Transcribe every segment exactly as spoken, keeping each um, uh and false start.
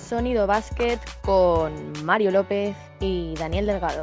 Sonido Básquet con Mario López y Daniel Delgado.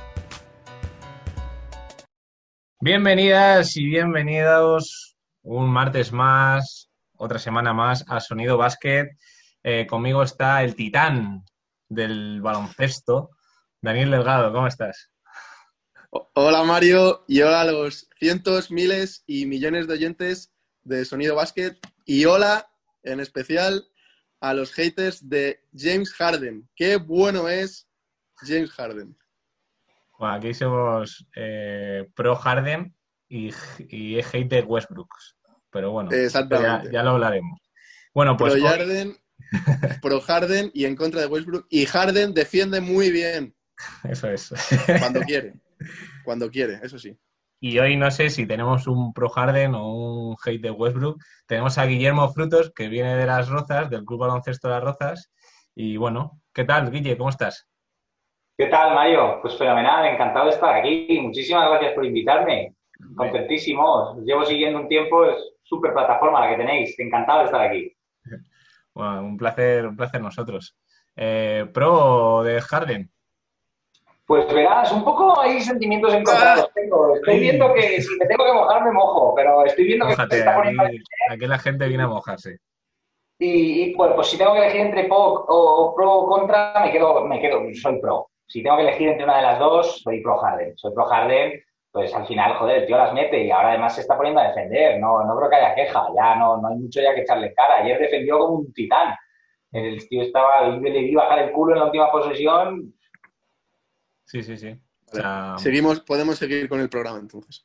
Bienvenidas y bienvenidos un martes más, otra semana más a Sonido Básquet. Eh, conmigo está el titán del baloncesto, Daniel Delgado. ¿Cómo estás? Hola Mario, y hola a los cientos, miles y millones de oyentes de Sonido Básquet, y hola en especial a los haters de James Harden. ¡Qué bueno es James Harden! Bueno, aquí somos eh, pro Harden y, y hate de Westbrook, pero bueno, ya, Exactamente. ya lo hablaremos. Bueno, pues Pro hoy... Harden, pro Harden y en contra de Westbrook, y Harden defiende muy bien. Eso es. Cuando quiere, cuando quiere, eso sí. Y hoy no sé si tenemos un pro Harden o un hate de Westbrook. Tenemos a Guillermo Frutos, que viene de Las Rozas, del Club Baloncesto de Las Rozas. Y bueno, ¿qué tal, Guille? ¿Cómo estás? ¿Qué tal, Mario? Pues fenomenal, encantado de estar aquí. Muchísimas gracias por invitarme. Contentísimo. Os llevo siguiendo un tiempo, es súper plataforma la que tenéis. Encantado de estar aquí. Bueno, un placer, un placer nosotros. Eh, ¿Pro de Harden? Pues verás, un poco hay sentimientos encontrados. Tengo. Estoy viendo que si me tengo que mojar, me mojo, pero estoy viendo que Mójate, se está poniendo... aquí, aquí la gente viene a mojarse. Y, y pues, pues si tengo que elegir entre pro o, o pro o contra, me quedo, me quedo, soy pro. Si tengo que elegir entre una de las dos, soy pro Harden. Soy pro Harden, pues al final, joder, el tío las mete y ahora además se está poniendo a defender. No, no creo que haya queja, ya no, no hay mucho ya que echarle en cara. Ayer defendió como un titán. El tío estaba, le vi bajar el culo en la última posesión. Sí, sí, sí. O sea... Seguimos, podemos seguir con el programa entonces.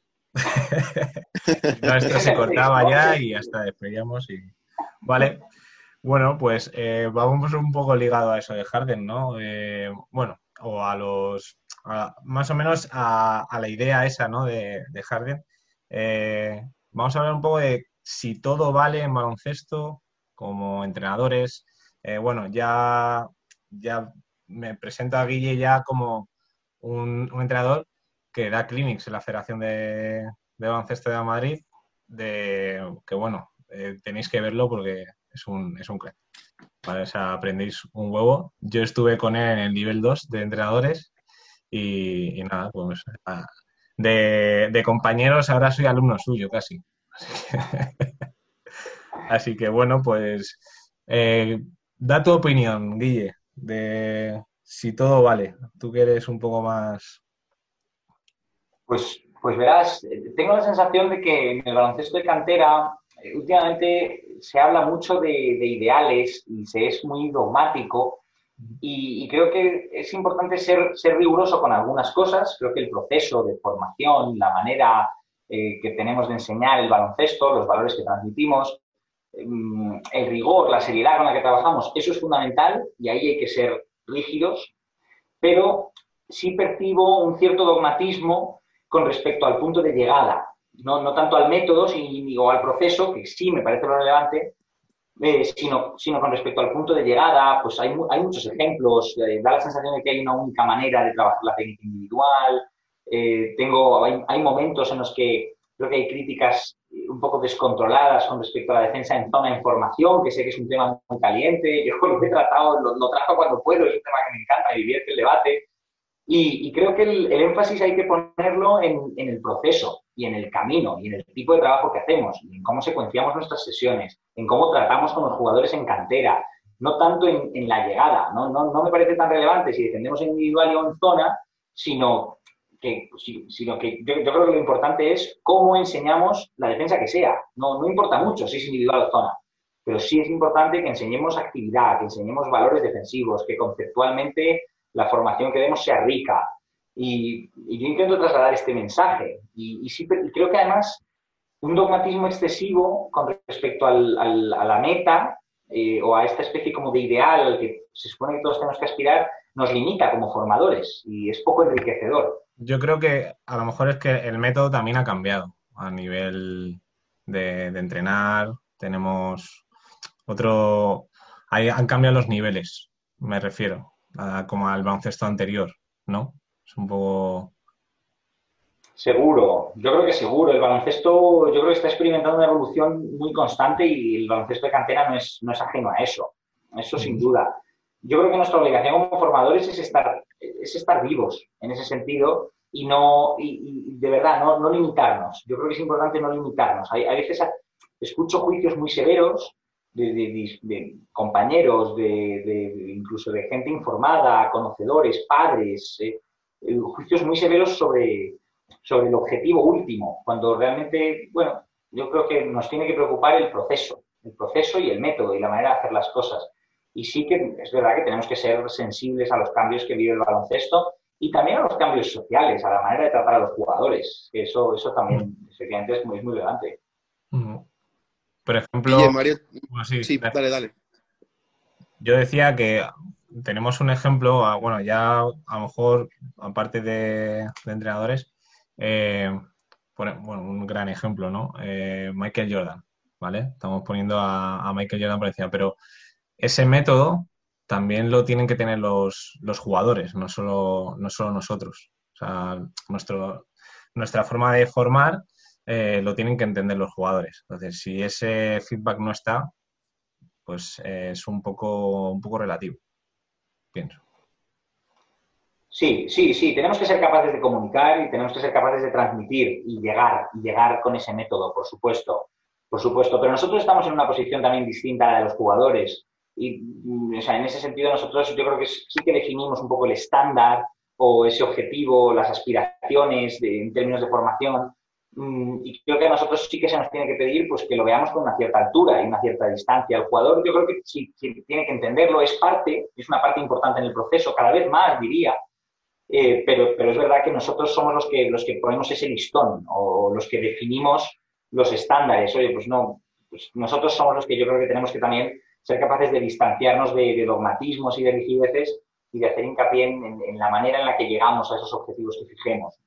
No, esto se cortaba ya y hasta despedíamos y... Vale. Bueno, pues eh, vamos un poco ligado a eso de Harden, ¿no? Eh, bueno, o a los... A, más o menos a, a la idea esa, ¿no? De, de Harden. Eh, vamos a hablar un poco de si todo vale en baloncesto como entrenadores. Eh, bueno, ya, ya me presento a Guille ya como un, un entrenador que da clinics en la Federación de, de Baloncesto de Madrid, de que bueno, eh, tenéis que verlo porque es un, es un crack. Vale, o sea, aprendéis un huevo. Yo estuve con él en el nivel dos de entrenadores y, y nada, pues de, de compañeros ahora soy alumno suyo casi. Así que, así que bueno, pues eh, da tu opinión, Guille, de si todo vale. Tú que eres un poco más... Pues, pues verás, tengo la sensación de que en el baloncesto de cantera eh, últimamente se habla mucho de, de ideales y se es muy dogmático y, y creo que es importante ser, ser riguroso con algunas cosas. Creo que el proceso de formación, la manera eh, que tenemos de enseñar el baloncesto, los valores que transmitimos, eh, el rigor, la seriedad con la que trabajamos, eso es fundamental y ahí hay que ser rígidos, pero sí percibo un cierto dogmatismo con respecto al punto de llegada, no, no tanto al método sino, o al proceso, que sí me parece lo relevante, eh, sino, sino con respecto al punto de llegada. Pues hay, hay muchos ejemplos, eh, da la sensación de que hay una única manera de trabajar la técnica individual, eh, tengo, hay, hay momentos en los que creo que hay críticas un poco descontroladas con respecto a la defensa en zona de formación, que sé que es un tema muy caliente, yo lo he tratado, lo, lo trato cuando puedo, es un tema que me encanta, me divierte el debate. Y, y creo que el, el énfasis hay que ponerlo en, en el proceso y en el camino y en el tipo de trabajo que hacemos, y en cómo secuenciamos nuestras sesiones, en cómo tratamos con los jugadores en cantera, no tanto en, en la llegada. No, no, no me parece tan relevante si defendemos en individual o en zona, sino que, sino que yo, yo creo que lo importante es cómo enseñamos la defensa que sea. No, no importa mucho si es individual o zona, pero sí es importante que enseñemos actividad, que enseñemos valores defensivos, que conceptualmente la formación que demos sea rica. Y, y yo intento trasladar este mensaje. Y, y sí, creo que además un dogmatismo excesivo con respecto al, al, a la meta eh, o a esta especie como de ideal al que se supone que todos tenemos que aspirar, nos limita como formadores y es poco enriquecedor. Yo creo que a lo mejor es que el método también ha cambiado a nivel de, de entrenar. Tenemos otro... Ahí han cambiado los niveles, me refiero. Como al baloncesto anterior, ¿no? Es un poco... Seguro, yo creo que seguro. El baloncesto, yo creo que está experimentando una evolución muy constante y el baloncesto de cantera no es, no es ajeno a eso. Eso sin duda. yo creo que nuestra obligación como formadores es estar, es estar vivos en ese sentido y no, y, y de verdad, no, no limitarnos. Yo creo que es importante no limitarnos. Hay, hay veces a, escucho juicios muy severos de, de, de, de compañeros, de, de, incluso de gente informada, conocedores, padres, eh, juicios muy severos sobre, sobre el objetivo último, cuando realmente, bueno, yo creo que nos tiene que preocupar el proceso, el proceso y el método y la manera de hacer las cosas. Y sí que es verdad que tenemos que ser sensibles a los cambios que vive el baloncesto y también a los cambios sociales, a la manera de tratar a los jugadores. Eso, eso también, efectivamente, es muy, es muy relevante. Por ejemplo... Oye, Mario... Bueno, sí, sí, dale, dale. Yo decía que tenemos un ejemplo, bueno, ya a lo mejor, aparte de, de entrenadores, eh, bueno, un gran ejemplo, ¿no? Eh, Michael Jordan, ¿vale? Estamos poniendo a, a Michael Jordan por encima, pero ese método también lo tienen que tener los, los jugadores, no solo, no solo nosotros. O sea, nuestro, nuestra forma de formar eh, lo tienen que entender los jugadores. Entonces, si ese feedback no está, pues eh, es un poco, un poco relativo, pienso. Sí, sí, sí. Tenemos que ser capaces de comunicar y tenemos que ser capaces de transmitir y llegar, y llegar con ese método, por supuesto. Por supuesto. Pero nosotros estamos en una posición también distinta a la de los jugadores. Y, o sea, en ese sentido nosotros yo creo que sí que definimos un poco el estándar o ese objetivo, las aspiraciones de, en términos de formación. Y creo que a nosotros sí que se nos tiene que pedir pues que lo veamos con una cierta altura y una cierta distancia. El jugador yo creo que sí, sí tiene que entenderlo, es parte, es una parte importante en el proceso, cada vez más diría, eh, pero, pero es verdad que nosotros somos los que, los que ponemos ese listón o los que definimos los estándares. Oye, pues no, pues nosotros somos los que yo creo que tenemos que también ser capaces de distanciarnos de, de dogmatismos y de rigideces y de hacer hincapié en, en, en la manera en la que llegamos a esos objetivos que fijemos.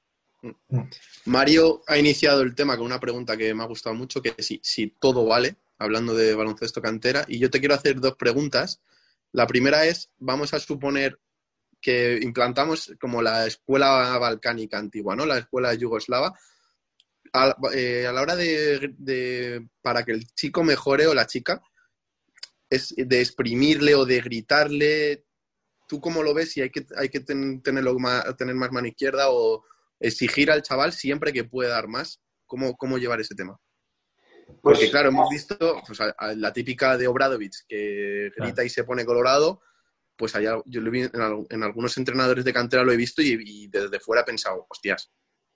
Mario ha iniciado el tema con una pregunta que me ha gustado mucho, que es si, si todo vale, hablando de baloncesto cantera, y yo te quiero hacer dos preguntas. La primera es, vamos a suponer que implantamos como la escuela balcánica antigua, ¿no? La escuela yugoslava, a, eh, a la hora de, de, para que el chico mejore o la chica, es de exprimirle o de gritarle, ¿tú cómo lo ves? Si hay que, hay que ten, tenerlo más, tener más mano izquierda o exigir al chaval siempre que puede dar más. ¿Cómo, cómo llevar ese tema? Pues, porque claro, hemos visto pues, a, a la típica de Obradovic que grita claro. y se pone colorado, pues allá yo lo vi en, en algunos entrenadores de cantera, lo he visto y, y desde fuera he pensado, hostias.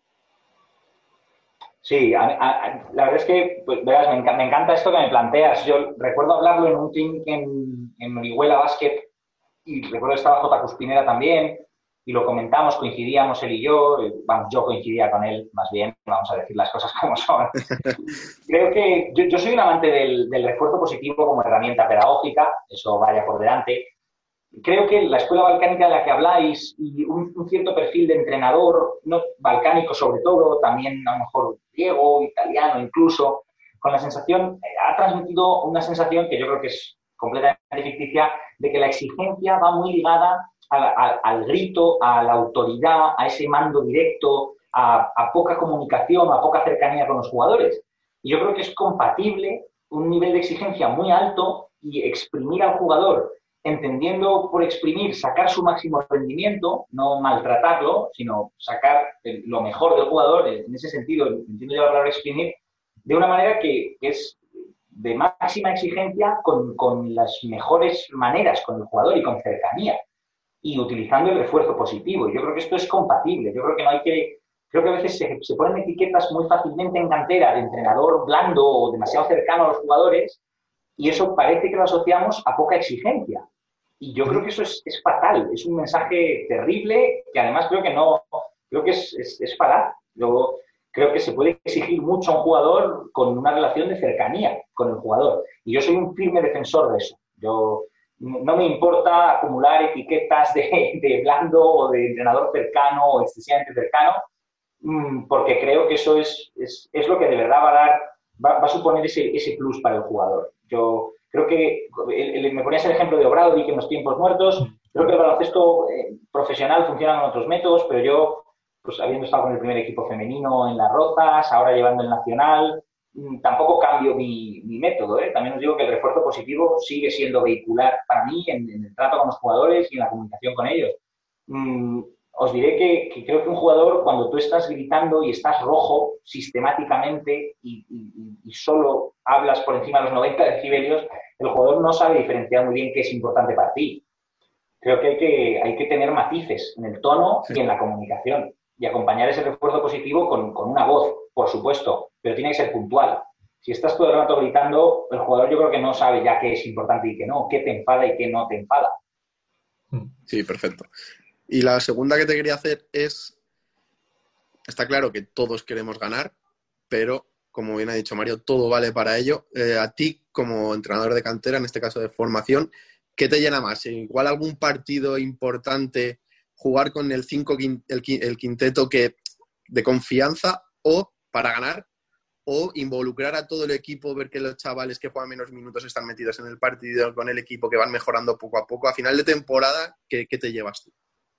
Sí, a, a, la verdad es que pues, verás, me, enc me encanta esto que me planteas. Yo recuerdo hablarlo en un team en, en Orihuela Basket y recuerdo que estaba J. Cuspinera también y lo comentamos, coincidíamos él y yo, vamos, yo coincidía con él, más bien, vamos a decir las cosas como son. Creo que yo, yo soy un amante del, del refuerzo positivo como herramienta pedagógica, eso vaya por delante. Creo que la escuela balcánica de la que habláis y un, un cierto perfil de entrenador, no balcánico sobre todo, también a lo mejor griego, italiano incluso, con la sensación, ha transmitido una sensación que yo creo que es completamente ficticia, de que la exigencia va muy ligada a la, a, al grito, a la autoridad, a ese mando directo, a, a poca comunicación, a poca cercanía con los jugadores. Y yo creo que es compatible un nivel de exigencia muy alto y exprimir al jugador, entendiendo por exprimir, sacar su máximo rendimiento, no maltratarlo, sino sacar el, lo mejor del jugador, en ese sentido, entiendo yo la palabra exprimir, de una manera que, que es de máxima exigencia con, con las mejores maneras con el jugador y con cercanía, y utilizando el refuerzo positivo. Yo creo que esto es compatible. Yo creo que no hay que... Creo que a veces se, se ponen etiquetas muy fácilmente en cantera de entrenador blando o demasiado cercano a los jugadores, y eso parece que lo asociamos a poca exigencia. Y yo creo que eso es, es fatal, es un mensaje terrible que además creo que no, creo que es, es, es fatal. Yo creo que se puede exigir mucho a un jugador con una relación de cercanía con el jugador. Y yo soy un firme defensor de eso. Yo no me importa acumular etiquetas de, de blando o de entrenador cercano o excesivamente cercano, porque creo que eso es, es, es lo que de verdad va a dar, va, va a suponer ese, ese plus para el jugador. Yo creo que, el, el, me ponías el ejemplo de Obradovic en los tiempos muertos, creo que el baloncesto eh, profesional funciona con otros métodos, pero yo, pues habiendo estado con el primer equipo femenino en Las Rozas, ahora llevando el nacional, tampoco cambio mi, mi método, ¿eh? También os digo que el refuerzo positivo sigue siendo vehicular para mí en, en el trato con los jugadores y en la comunicación con ellos. Mm, os diré que, que creo que un jugador, cuando tú estás gritando y estás rojo sistemáticamente y, y, y solo hablas por encima de los noventa decibelios, el jugador no sabe diferenciar muy bien qué es importante para ti. Creo que hay que, hay que tener matices en el tono y en la comunicación y acompañar ese refuerzo positivo con, con una voz, por supuesto, pero tiene que ser puntual. Si estás todo el rato gritando, el jugador yo creo que no sabe ya qué es importante y qué no, qué te enfada y qué no te enfada. Sí, perfecto. Y la segunda que te quería hacer es, está claro que todos queremos ganar, pero como bien ha dicho Mario, todo vale para ello. Eh, a ti, como entrenador de cantera, en este caso de formación, ¿qué te llena más? ¿Igual algún partido importante, jugar con el cinco, el, el quinteto que, de confianza, o para ganar, o involucrar a todo el equipo, ver que los chavales que juegan menos minutos están metidos en el partido con el equipo, que van mejorando poco a poco? A final de temporada, ¿qué, qué te llevas tú?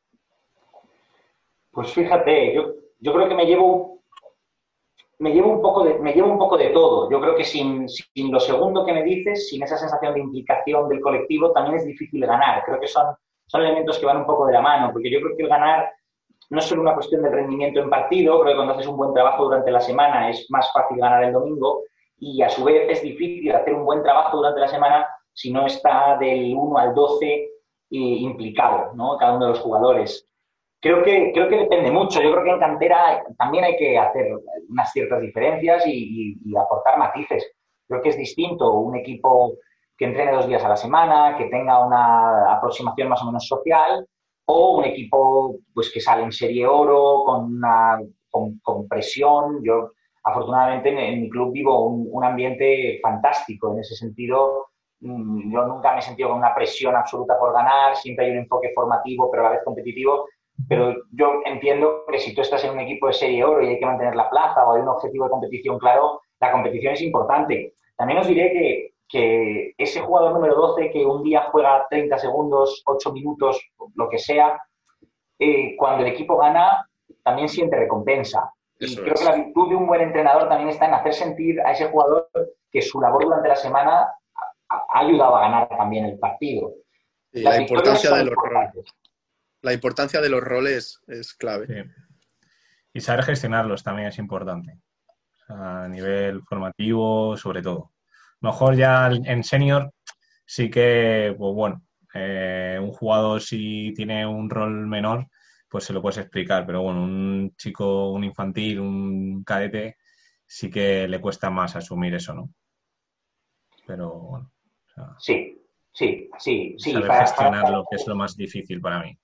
Pues fíjate, yo, yo creo que me llevo, me, llevo un poco de, me llevo un poco de todo. Yo creo que sin, sin lo segundo que me dices, sin esa sensación de implicación del colectivo, también es difícil ganar. Creo que son, son elementos que van un poco de la mano, porque yo creo que el ganar no es solo una cuestión de rendimiento en partido. Creo que cuando haces un buen trabajo durante la semana es más fácil ganar el domingo, y a su vez es difícil hacer un buen trabajo durante la semana si no está del uno al doce eh, implicado, ¿no? Cada uno de los jugadores. Creo que, creo que depende mucho. Yo creo que en cantera también hay que hacer unas ciertas diferencias y, y, y aportar matices. Creo que es distinto un equipo que entrene dos días a la semana, que tenga una aproximación más o menos social, o un equipo pues que sale en serie oro, con, una, con, con presión. Yo, afortunadamente, en, en mi club vivo un, un ambiente fantástico. En ese sentido, mmm, yo nunca me he sentido con una presión absoluta por ganar. Siempre hay un enfoque formativo, pero a la vez competitivo. Pero yo entiendo que si tú estás en un equipo de serie oro y hay que mantener la plaza, o hay un objetivo de competición claro, la competición es importante. También os diré que, que ese jugador número doce que un día juega treinta segundos, ocho minutos, lo que sea, eh, cuando el equipo gana, también siente recompensa. Y Eso creo es. que la virtud de un buen entrenador también está en hacer sentir a ese jugador que su labor durante la semana ha, ha ayudado a ganar también el partido. Y Las la importancia victorias de son los roles. importantes. La importancia de los roles es clave. Sí. Y saber gestionarlos también es importante. O sea, a nivel formativo, sobre todo. Mejor ya en senior sí que, pues bueno, eh, un jugador si tiene un rol menor, pues se lo puedes explicar. Pero bueno, un chico, un infantil, un cadete, sí que le cuesta más asumir eso, ¿no? Pero bueno. O sea, Sí, sí, sí, sí. saber Para, gestionarlo, para, que es lo más difícil para mí.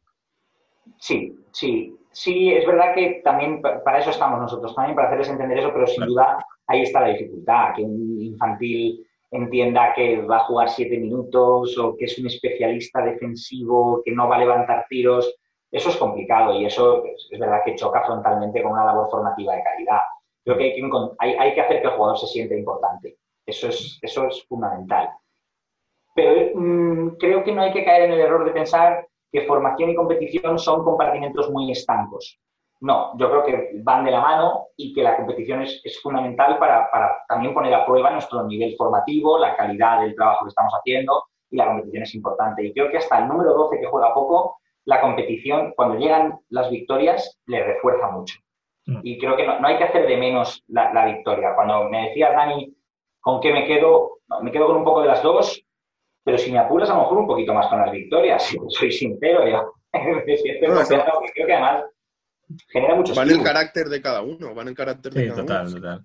Sí, sí, sí, es verdad que también para eso estamos nosotros, también para hacerles entender eso, pero sin Claro. duda ahí está la dificultad, que un infantil entienda que va a jugar siete minutos o que es un especialista defensivo, que no va a levantar tiros. Eso es complicado y eso es, es verdad que choca frontalmente con una labor formativa de calidad. Creo que hay que, hay, hay que hacer que el jugador se sienta importante. Eso es, eso es fundamental. Pero mmm, creo que no hay que caer en el error de pensar que formación y competición son compartimentos muy estancos. No, yo creo que van de la mano y que la competición es, es fundamental para, para también poner a prueba nuestro nivel formativo, la calidad del trabajo que estamos haciendo, y la competición es importante. Y creo que hasta el número doce, que juega poco, la competición, cuando llegan las victorias, le refuerza mucho. Y creo que no, no hay que hacer de menos la, la victoria. Cuando me decías, Dani, ¿con qué me quedo? No, me quedo con un poco de las dos, pero si me apuras, a lo mejor un poquito más con las victorias. Si soy sincero, yo. Si estoy No, confiado, porque creo que además genera mucho Van en el estímulo. carácter de cada uno, van en el carácter de Sí, cada total, uno. total.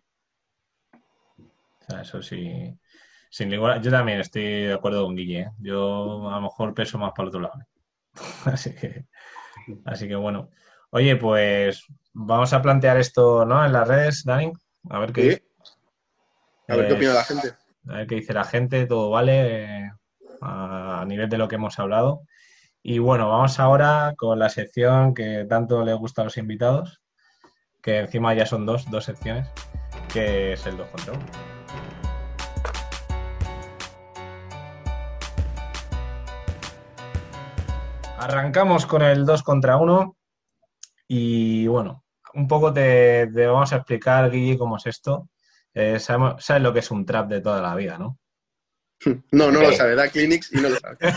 O sea, eso sí. Sin ninguna... Yo también estoy de acuerdo con Guille, ¿eh? Yo a lo mejor peso más para el otro lado. Así que, así que bueno. Oye, pues vamos a plantear esto, ¿no? En las redes, Dani. A ver qué, Sí. A ver qué eh, opina la gente. a ver qué dice la gente, todo vale, eh, a nivel de lo que hemos hablado. Y bueno, vamos ahora con la sección que tanto le gusta a los invitados, que encima ya son dos, dos secciones, que es el dos contra uno. Arrancamos con el dos contra uno y bueno, un poco te, te vamos a explicar, Guille, cómo es esto. Eh, sabemos, sabes lo que es un trap de toda la vida, ¿no? No, no lo sabe, da clinics y no lo sabe.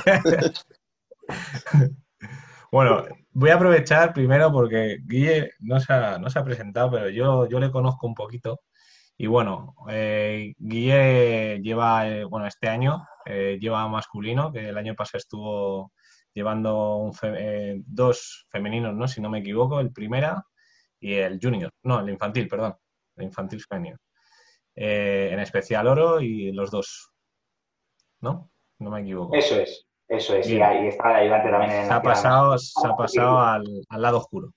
Bueno, voy a aprovechar primero porque Guille no se ha, no se ha presentado, pero yo, yo le conozco un poquito. Y bueno, eh, Guille lleva, eh, bueno, este año eh, lleva masculino, que el año pasado estuvo llevando un fe- eh, dos femeninos, ¿no? Si no me equivoco, el primera y el junior, no, el infantil, perdón, el infantil femenino. Eh, en especial oro y los dos, ¿no? No me equivoco. Eso es, eso es. Y Bien. ahí está el ayudante también en el Se ha Nacional. pasado, se ha pasado al, al lado oscuro.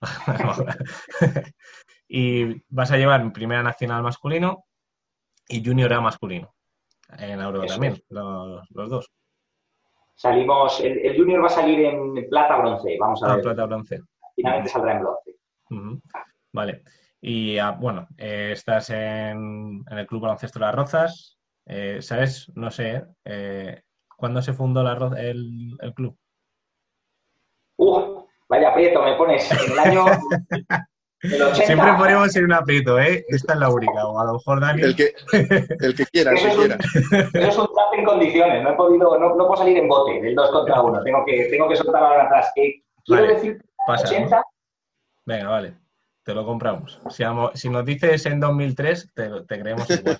Y vas a llevar primera nacional masculino y junior A masculino. En Euro Eso también, es. los, los dos. Salimos, el, el junior va a salir en plata-bronce, vamos a Ah, ver. plata, bronce. Finalmente saldrá en bronce. Ujú. Vale. Y ah, bueno, eh, estás en, en el Club Baloncesto Las Rozas. Eh, ¿sabes? No sé, eh, ¿cuándo se fundó la Ro- el, el club? ¡Uf! Vaya aprieto me pones. En el año del ochenta. Siempre ponemos en un aprieto, ¿eh? Esta es la única. O a lo mejor Dani. El que, el que quiera, el Eso que es un, quiera. eso es un trap en condiciones. No he podido, no, no puedo salir en bote del dos contra uno. Tengo que, tengo que soltar ahora atrás. Eh, quiero Vale, decir, pasa, ochenta. ¿no? Venga, vale. Te lo compramos. Si, amo- si nos dices en dos mil tres, te, te creemos igual.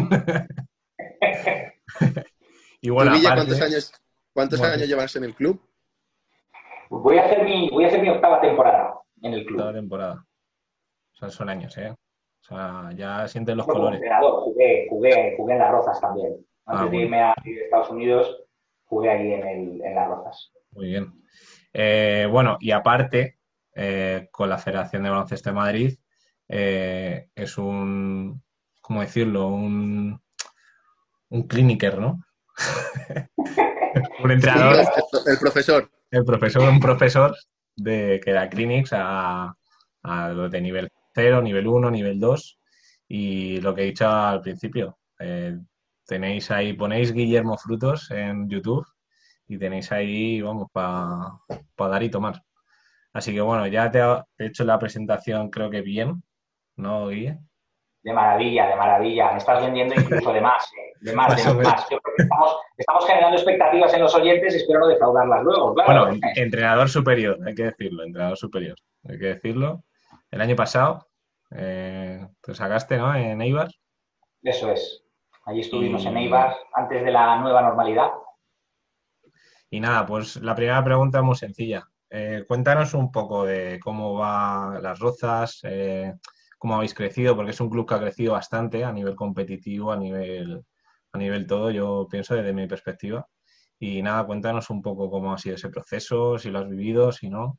Y ¿Tú, bueno, Guille, aparte, cuántos años, cuántos bueno, años llevas en el club? Voy a hacer mi, voy a hacer mi octava temporada en el toda club. temporada. O sea, son años, ¿eh? O sea, ya sientes los Como colores. entrenador, jugué, jugué, jugué en Las Rozas también. Antes Ah, de bueno. irme a Estados Unidos, jugué ahí en, el, en Las Rozas. Muy bien. Eh, bueno, y aparte, eh, con la Federación de Baloncesto de Madrid, eh, es un, ¿cómo decirlo? Un, un cliniker, ¿no? Un Sí, entrenador, el, el profesor. el profesor, un profesor de, que da clinics a, a los de nivel cero, nivel uno, nivel dos. Y lo que he dicho al principio, eh, tenéis ahí, ponéis Guillermo Frutos en YouTube y tenéis ahí, vamos, para pa dar y tomar. Así que bueno, ya te, ha- te he hecho la presentación, creo que bien, ¿no, Guille? De maravilla, de maravilla. Me estás vendiendo incluso de más, ¿eh? De más, Más o de menos. más. Yo creo que estamos, estamos generando expectativas en los oyentes, espero no defraudarlas luego, claro. Bueno, en- entrenador superior, hay que decirlo, entrenador superior, hay que decirlo. El año pasado eh, te sacaste, ¿no? En Eibar. Eso es. Allí estuvimos Y- en Eibar antes de la nueva normalidad. Y nada, pues la primera pregunta es muy sencilla. Eh, cuéntanos un poco de cómo va Las Rozas, eh, cómo habéis crecido, porque es un club que ha crecido bastante a nivel competitivo, a nivel, a nivel todo, yo pienso desde mi perspectiva. Y nada, cuéntanos un poco cómo ha sido ese proceso, si lo has vivido, si no.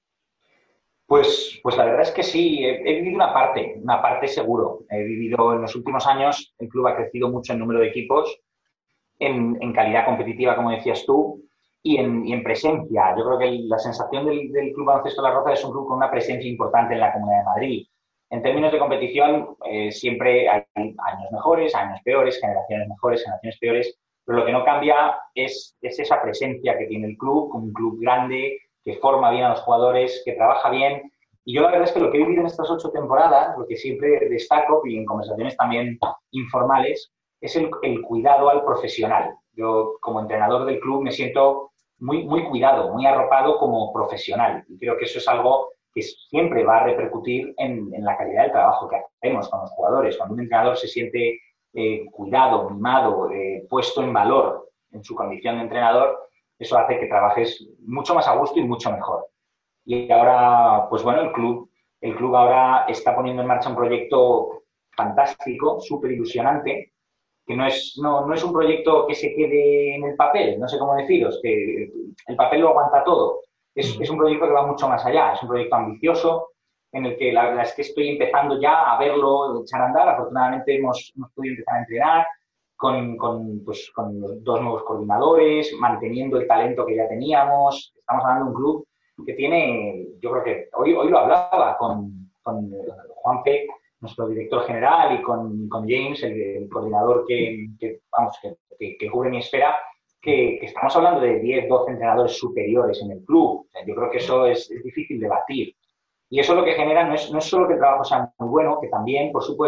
Pues, pues la verdad es que sí, he, he vivido una parte, una parte seguro. He vivido en los últimos años, el club ha crecido mucho en número de equipos, en, en calidad competitiva, como decías tú, y en, y en presencia. Yo creo que el- la sensación del, del Club Baloncesto La Roza es un club con una presencia importante en la Comunidad de Madrid. En términos de competición, eh, siempre hay años mejores, años peores, generaciones mejores, generaciones peores, pero lo que no cambia es, es esa presencia que tiene el club, como un club grande, que forma bien a los jugadores, que trabaja bien. Y yo la verdad es que lo que he vivido en estas ocho temporadas, lo que siempre destaco, y en conversaciones también informales, es el, el cuidado al profesional. Yo, como entrenador del club, me siento muy, muy cuidado, muy arropado como profesional. Y creo que eso es algo que siempre va a repercutir en, en la calidad del trabajo que hacemos con los jugadores. Cuando un entrenador se siente eh, cuidado, mimado, eh, puesto en valor en su condición de entrenador, eso hace que trabajes mucho más a gusto y mucho mejor. Y ahora, pues bueno, el club, el club ahora está poniendo en marcha un proyecto fantástico, súper ilusionante, que no es, no, no es un proyecto que se quede en el papel, no sé cómo deciros, que el papel lo aguanta todo. Es, es un proyecto que va mucho más allá, es un proyecto ambicioso, en el que la verdad es que estoy empezando ya a verlo echar a andar. Afortunadamente hemos, hemos podido empezar a entrenar con, con, pues, con los dos nuevos coordinadores, manteniendo el talento que ya teníamos. Estamos hablando de un club que tiene, yo creo que hoy, hoy lo hablaba con, con Juanpe, nuestro director general, y con, con James, el, el coordinador que, que, vamos, que, que, que cubre mi esfera, que, que estamos hablando de diez, doce entrenadores superiores en el club. O sea, yo creo que eso es, es difícil de batir. Y eso lo que genera no es, no es solo que el trabajo sea muy bueno, que también, por supuesto,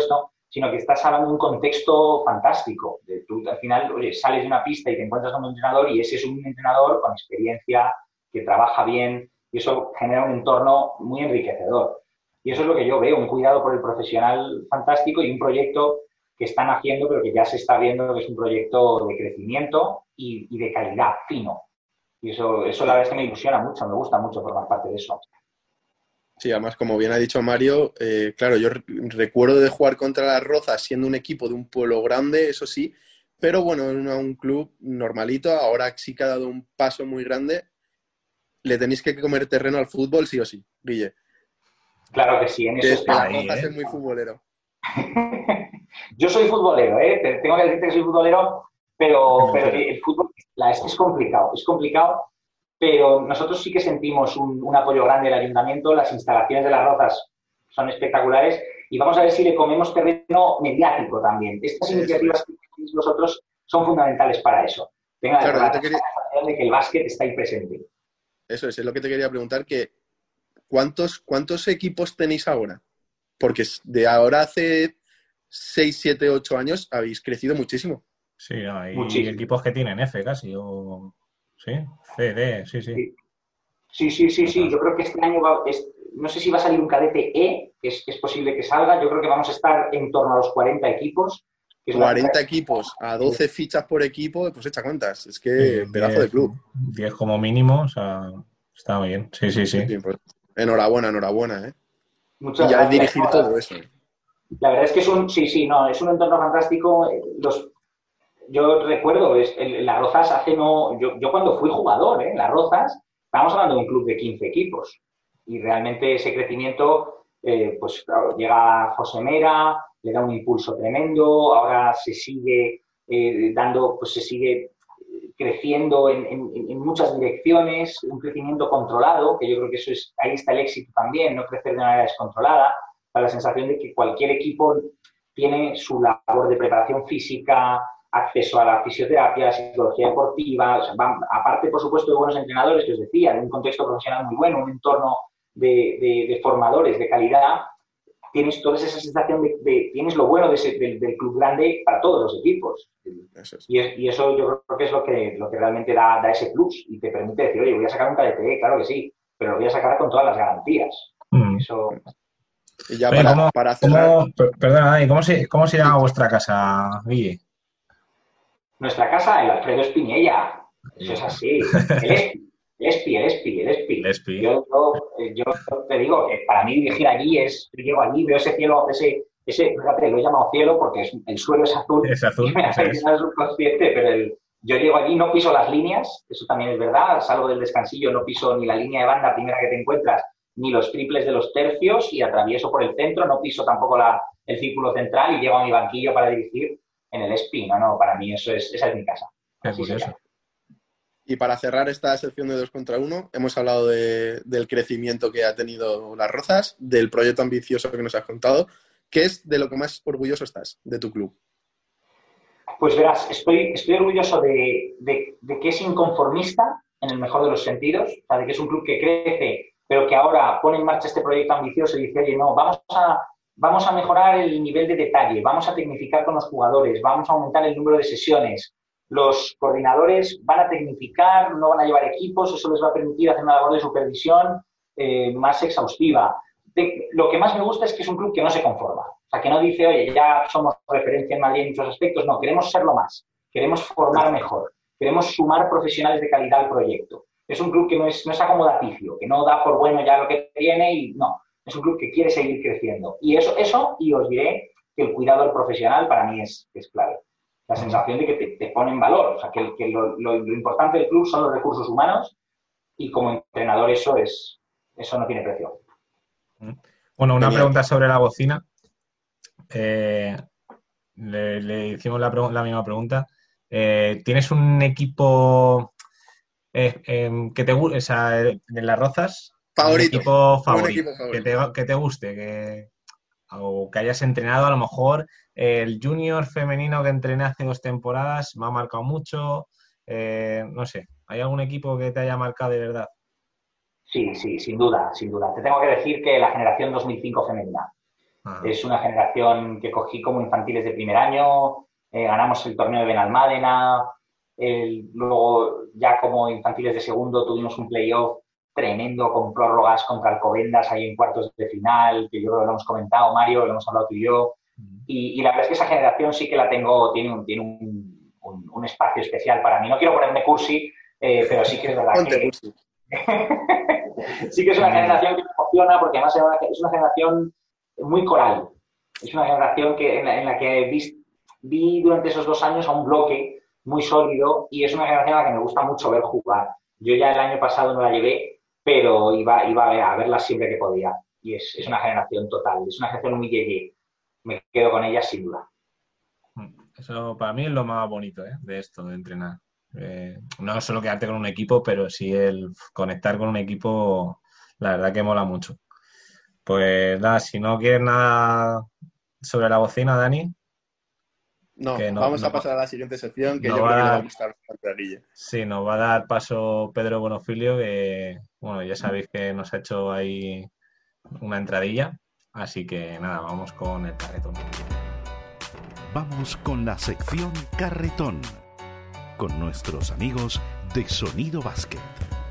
sino que estás hablando de un contexto fantástico. De, tú al final, oye, sales de una pista y te encuentras con un entrenador y ese es un entrenador con experiencia, que trabaja bien y eso genera un entorno muy enriquecedor. Y eso es lo que yo veo, un cuidado por el profesional fantástico y un proyecto que están haciendo, pero que ya se está viendo que es un proyecto de crecimiento y, y de calidad, fino. Y eso, eso la verdad es que me ilusiona mucho, me gusta mucho formar parte de eso. Sí, además, como bien ha dicho Mario, eh, claro, yo recuerdo de jugar contra las Rozas siendo un equipo de un pueblo grande, eso sí, pero bueno, en un club normalito, ahora sí que ha dado un paso muy grande. Le tenéis que comer terreno al fútbol sí o sí, Guille. Claro que sí, en eso Que, está. que las ahí, Rozas ¿eh? es muy futbolero. Yo soy futbolero, ¿eh? Tengo que decirte que soy futbolero, pero, pero el fútbol la, es, es complicado, es complicado, pero nosotros sí que sentimos un, un apoyo grande del ayuntamiento, las instalaciones de las Rozas son espectaculares y vamos a ver si le comemos terreno mediático también. Estas Eso iniciativas es. que tenéis vosotros son fundamentales para eso. Tenga Claro, la yo te quería... sensación de que el básquet está ahí presente. Eso es, es lo que te quería preguntar, que ¿cuántos, cuántos equipos tenéis ahora? Porque de ahora hace seis, siete, ocho años habéis crecido muchísimo. Sí, hay Muchísimo. equipos que tienen F casi, o... Sí, C, D, sí, sí. Sí. Sí, sí, sí, sí. Yo creo que este año va, es, no sé si va a salir un cadete E, que es, es posible que salga. Yo creo que vamos a estar en torno a los cuarenta equipos. Que es cuarenta una... equipos a doce fichas por equipo, pues echa cuentas. Es que Sí, pedazo de club. diez como mínimo, o sea, está bien. Sí, sí, sí. Sí, pues, enhorabuena, enhorabuena, ¿eh? Muchas Y ya gracias. dirigir todo eso. La verdad es que es un, sí, sí, no, es un entorno fantástico. Los, yo recuerdo, es, el, las Rozas hace no, yo, yo cuando fui jugador, ¿eh? Las Rozas, estábamos hablando de un club de quince equipos. Y realmente ese crecimiento, eh, pues claro, llega José Mera, le da un impulso tremendo, ahora se sigue eh, dando, pues se sigue creciendo en, en, en muchas direcciones, un crecimiento controlado, que yo creo que eso es, ahí está el éxito también, no crecer de manera descontrolada, da la sensación de que cualquier equipo tiene su labor de preparación física, acceso a la fisioterapia, la psicología deportiva, o sea, van, aparte, por supuesto, de buenos entrenadores, que os decía, de un contexto profesional muy bueno, un entorno de, de, de formadores de calidad, tienes toda esa sensación de, de tienes lo bueno de ese, del, del club grande para todos los equipos. Eso es. Y, es, y eso yo creo que es lo que, lo que realmente da, da ese plus y te permite decir, oye, voy a sacar un K D T E, claro que sí, pero lo voy a sacar con todas las garantías. Mm. Eso... Y ya Oye, para, ¿cómo, para cerrar... ¿cómo, perdona, Dani, ¿cómo se, cómo se llama vuestra casa, Guille? Nuestra casa, el Alfredo Espiñella. Eso es así. El Espi, el Espi, el Espi, el Espi. El Espi. Yo, yo, yo te digo que para mí dirigir allí es, yo llego allí, veo ese cielo, ese, ese, fíjate, lo he llamado cielo porque es, el suelo es azul. Es azul, y me hace es. el subconsciente, pero el, yo llego allí, no piso las líneas, eso también es verdad, salgo del descansillo, no piso ni la línea de banda primera que te encuentras, ni los triples de los tercios y atravieso por el centro, no piso tampoco la, el círculo central y llego a mi banquillo para dirigir en el Espi. No, no, para mí eso es, esa es mi casa. Qué curioso. Y para cerrar esta sección de dos contra uno, hemos hablado de, del crecimiento que ha tenido las Rozas, del proyecto ambicioso que nos has contado. ¿Qué es de lo que más orgulloso estás de tu club? Pues verás, estoy, estoy orgulloso de, de, de que es inconformista en el mejor de los sentidos, o sea, de que es un club que crece, pero que ahora pone en marcha este proyecto ambicioso y dice, oye, no, vamos a, vamos a mejorar el nivel de detalle, vamos a tecnificar con los jugadores, vamos a aumentar el número de sesiones. Los coordinadores van a tecnificar, no van a llevar equipos, eso les va a permitir hacer una labor de supervisión eh, más exhaustiva. De, lo que más me gusta es que es un club que no se conforma. O sea, que no dice, oye, ya somos referencia en Madrid en muchos aspectos. No, queremos serlo más. Queremos formar mejor. Queremos sumar profesionales de calidad al proyecto. Es un club que no es, no es acomodaticio, que no da por bueno ya lo que tiene y no. Es un club que quiere seguir creciendo. Y eso, eso y os diré que el cuidado del profesional para mí es, es clave. La sensación de que te, te pone en valor. O sea, que, que lo, lo, lo importante del club son los recursos humanos y como entrenador eso, es, eso no tiene precio. Bueno, una Genial. pregunta sobre la bocina. Eh, le, le hicimos la, la misma pregunta. Eh, ¿Tienes un equipo eh, eh, que te guste, o sea, de las Rozas? Favorito. Un equipo favorito, Un equipo favorito. Que, te, que te guste, que, o que hayas entrenado. A lo mejor eh, el junior femenino que entrené hace dos temporadas me ha marcado mucho. Eh, no sé, ¿hay algún equipo que te haya marcado de verdad? Sí, sí, sin duda, sin duda. Te tengo que decir que la generación dos mil cinco femenina. Ajá. Es una generación que cogí como infantiles de primer año, eh, ganamos el torneo de Benalmádena, el, luego ya como infantiles de segundo tuvimos un playoff tremendo con prórrogas contra Alcobendas ahí en cuartos de final, que yo creo que lo hemos comentado, Mario, lo hemos hablado tú y yo. Y, y la verdad es que esa generación sí que la tengo, tiene un, tiene un, un, un espacio especial para mí. No quiero ponerme cursi, eh, pero sí que es verdad Ponte que... cursi. Sí que es una generación que me emociona porque además es una, es una generación muy coral. Es una generación que, en, la, en la que vi, vi durante esos dos años a un bloque muy sólido y es una generación a la que me gusta mucho ver jugar. Yo ya el año pasado no la llevé, pero iba, iba a verla siempre que podía. Y es, es una generación total, es una generación muy yeye. Me quedo con ella sin duda. Eso para mí es lo más bonito, ¿eh? De esto, de entrenar. Eh, no solo quedarte con un equipo, pero sí el conectar con un equipo, la verdad que mola mucho. Pues nada, si no quieres nada sobre la bocina, Dani. No, que no vamos no, a pasar a la siguiente sección que no yo va creo que le va a a dar, gustar bastante a Guille. sí, nos va a dar paso Pedro Bonofilio, que bueno, ya sabéis que nos ha hecho ahí una entradilla. Así que nada, vamos con el carretón. Vamos con la sección Carretón, con nuestros amigos de Sonido Básquet.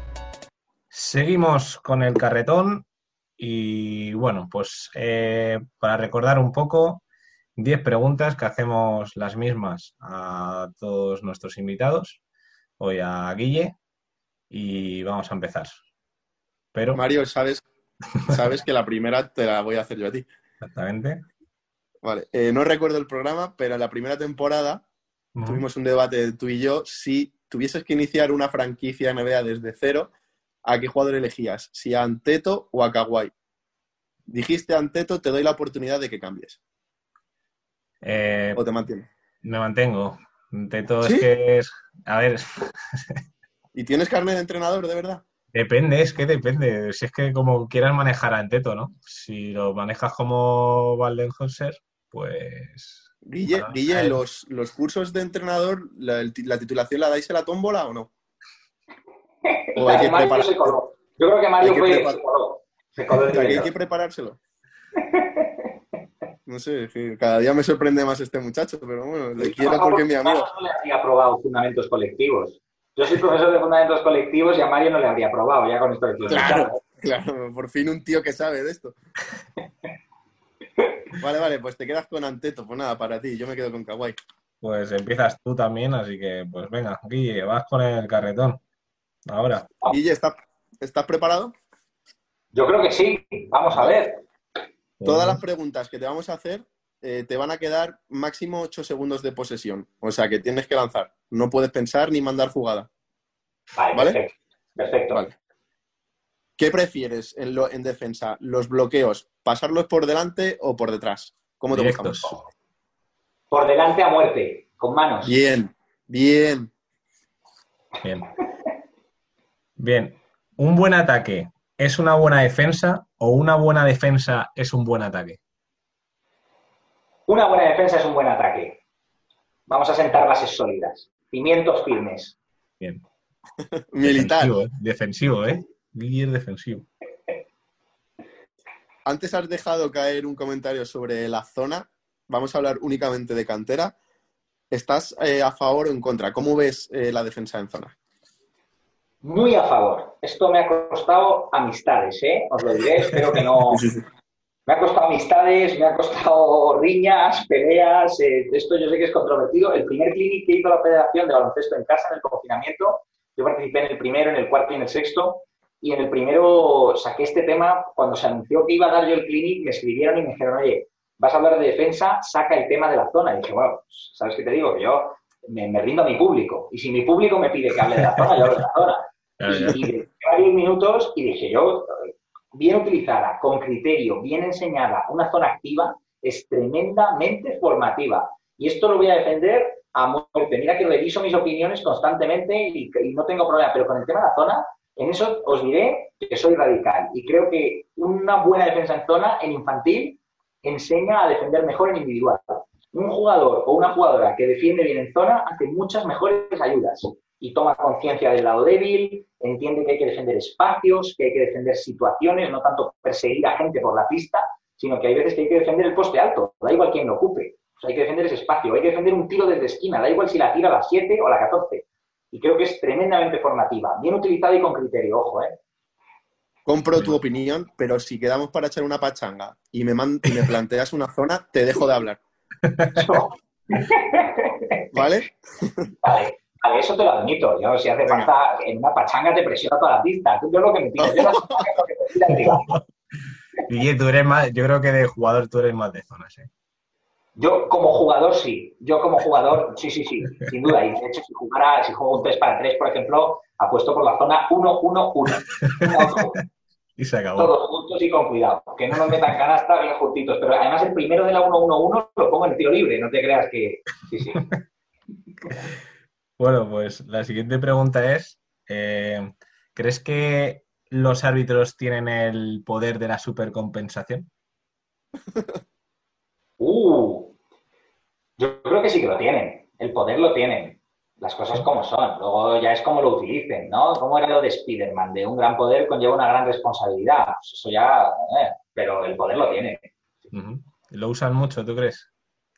Seguimos con el carretón y bueno, pues eh, para recordar un poco, diez preguntas que hacemos las mismas a todos nuestros invitados, hoy a Guille, y vamos a empezar. Pero, Mario, sabes, sabes que la primera te la voy a hacer yo a ti. exactamente. Vale, eh, no recuerdo el programa, pero en la primera temporada Uh-huh. tuvimos un debate tú y yo. Si tuvieses que iniciar una franquicia N B A desde cero, ¿a qué jugador elegías? ¿Si a Anteto o a Kawhi? Dijiste Anteto, te doy la oportunidad de que cambies. Eh, ¿O te mantienes? me mantengo. Teto ¿Sí? es que es... A ver, ¿Y tienes carnet de entrenador, de verdad? depende, es que depende. Si es que como quieras manejar a Teto, ¿no? Si lo manejas como Waldenhauser, pues... Guille, Bueno, Guille a ver. los, los cursos de entrenador, la, la titulación la dais en la tómbola o no? ¿O hay que Mario preparar- se coló. Yo creo que Mario hay que fue, prepar- se coló. Se coló el O sea, que hay nivel. que preparárselo? No sé, es que cada día me sorprende más este muchacho, pero bueno, le quiero porque es mi amigo. No le habría aprobado fundamentos colectivos. Yo soy profesor de fundamentos colectivos y a Mario no le habría aprobado, ya con esto que tienes. Claro, claro, por fin un tío que sabe de esto. Vale, vale, pues te quedas con Anteto, pues nada, para ti, yo me quedo con Kawhi. Pues empiezas tú también, así que pues venga, Guille, vas con el carretón. Ahora. Guille, ¿estás, ¿estás preparado? Yo creo que sí. Vamos a ver. Todas las preguntas que te vamos a hacer eh, te van a quedar máximo ocho segundos de posesión. O sea que tienes que lanzar. No puedes pensar ni mandar jugada. Vale, ¿Vale? perfecto. Perfecto. Vale. ¿Qué prefieres en, lo, en defensa? ¿Los bloqueos, pasarlos por delante o por detrás? ¿Cómo te gusta Directos. más? Por delante a muerte, con manos. Bien, bien. Bien. Bien. ¿Un buen ataque es una buena defensa o una buena defensa es un buen ataque? Una buena defensa es un buen ataque. Vamos a sentar bases sólidas. Cimientos firmes. Bien. Militar. Defensivo, ¿eh? Defensivo, ¿eh? Guille es defensivo. Antes has dejado caer un comentario sobre la zona. Vamos a hablar únicamente de cantera. ¿Estás eh, a favor o en contra? ¿Cómo ves eh, la defensa en zona? Muy a favor. Esto me ha costado amistades, ¿eh? Os lo diré, espero que no... Me ha costado amistades, me ha costado riñas, peleas, eh, esto yo sé que es controvertido. El primer clinic que hizo la Federación de Baloncesto en casa en el confinamiento, yo participé en el primero, en el cuarto y en el sexto, y en el primero saqué este tema, cuando se anunció que iba a dar yo el clinic, me escribieron y me dijeron, oye, vas a hablar de defensa, saca el tema de la zona. Y dije, bueno, ¿sabes qué te digo? Que yo me, me rindo a mi público, y si mi público me pide que hable de la zona, yo hablo de la zona. Claro, Y, claro. y de varios minutos, y dije yo, bien utilizada, con criterio, bien enseñada, una zona activa, es tremendamente formativa. Y esto lo voy a defender a muerte. Mira que reviso mis opiniones constantemente y, y no tengo problema, pero con el tema de la zona, en eso os diré que soy radical. Y creo que una buena defensa en zona, en infantil, enseña a defender mejor en individual. Un jugador o una jugadora que defiende bien en zona hace muchas mejores ayudas y toma conciencia del lado débil, entiende que hay que defender espacios, que hay que defender situaciones, no tanto perseguir a gente por la pista, sino que hay veces que hay que defender el poste alto, da igual quién lo ocupe. O sea, hay que defender ese espacio, hay que defender un tiro desde esquina, da igual si la tira a la siete o a la catorce. Y creo que es tremendamente formativa, bien utilizada y con criterio, ojo, ¿eh? Compro tu opinión, pero si quedamos para echar una pachanga y me, man- y me planteas una zona, te dejo de hablar. No. ¿Vale? Vale, vale, eso te lo admito. Yo, si hace Venga. falta, en una pachanga te presiona toda la pista. Tú yo lo que me pides, yo no sé lo que te pida el rival. Guille, tú eres más, yo creo que de jugador tú eres más de zonas, ¿eh? Yo como jugador sí, yo como jugador sí, sí, sí, sin duda. Y de hecho, si jugara, si juego un tres para tres, por ejemplo, apuesto por la zona uno uno uno. Y se acabó. Todos juntos y con cuidado, que no nos metan canasta bien juntitos. Pero además el primero de la uno uno uno lo pongo en el tiro libre, no te creas que... Sí, sí. Bueno, pues la siguiente pregunta es, eh, ¿crees que los árbitros tienen el poder de la supercompensación? Uh, yo creo que sí que lo tienen. El poder lo tienen. Las cosas como son. Luego ya es como lo utilicen, ¿no? ¿Cómo era lo de Spider-Man? De un gran poder conlleva una gran responsabilidad. Pues eso ya... Eh, pero el poder lo tienen. Uh-huh. ¿Lo usan mucho, tú crees?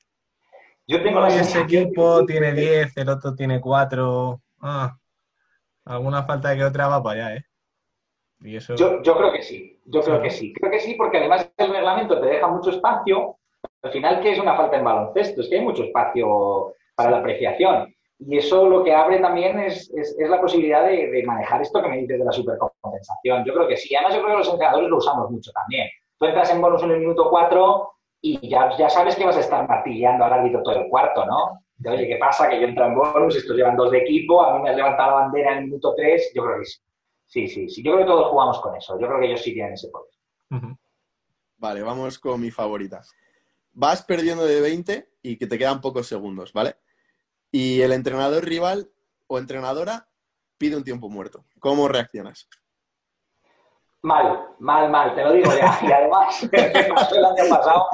Yo tengo la Ese sensación equipo que- tiene diez, el otro tiene cuatro. Ah, alguna falta que otra va para allá, ¿eh? Y eso... Yo, yo creo que sí. Yo creo Sí. que sí. Creo que sí porque además el reglamento te deja mucho espacio. Al final, ¿qué es una falta en baloncesto? Es que hay mucho espacio para la apreciación. Y eso lo que abre también es, es, es la posibilidad de, de manejar esto que me dices de la supercompensación. Yo creo que sí. Además, yo creo que los entrenadores lo usamos mucho también. Tú entras en bonus en el minuto cuatro y ya, ya sabes que vas a estar martilleando al árbitro todo el cuarto, ¿no? De, oye, ¿qué pasa? Que yo entro en bonus, estos llevan dos de equipo, a mí me has levantado la bandera en el minuto tres. Yo creo que sí. Sí, sí, sí. Yo creo que todos jugamos con eso. Yo creo que ellos sí tienen ese poder. Uh-huh. Vale, vamos con mi favorita. Vas perdiendo de veinte y que te quedan pocos segundos, ¿vale? Y el entrenador rival o entrenadora pide un tiempo muerto. ¿Cómo reaccionas? Mal, mal, mal, te lo digo ya. Y además, me pasó el año pasado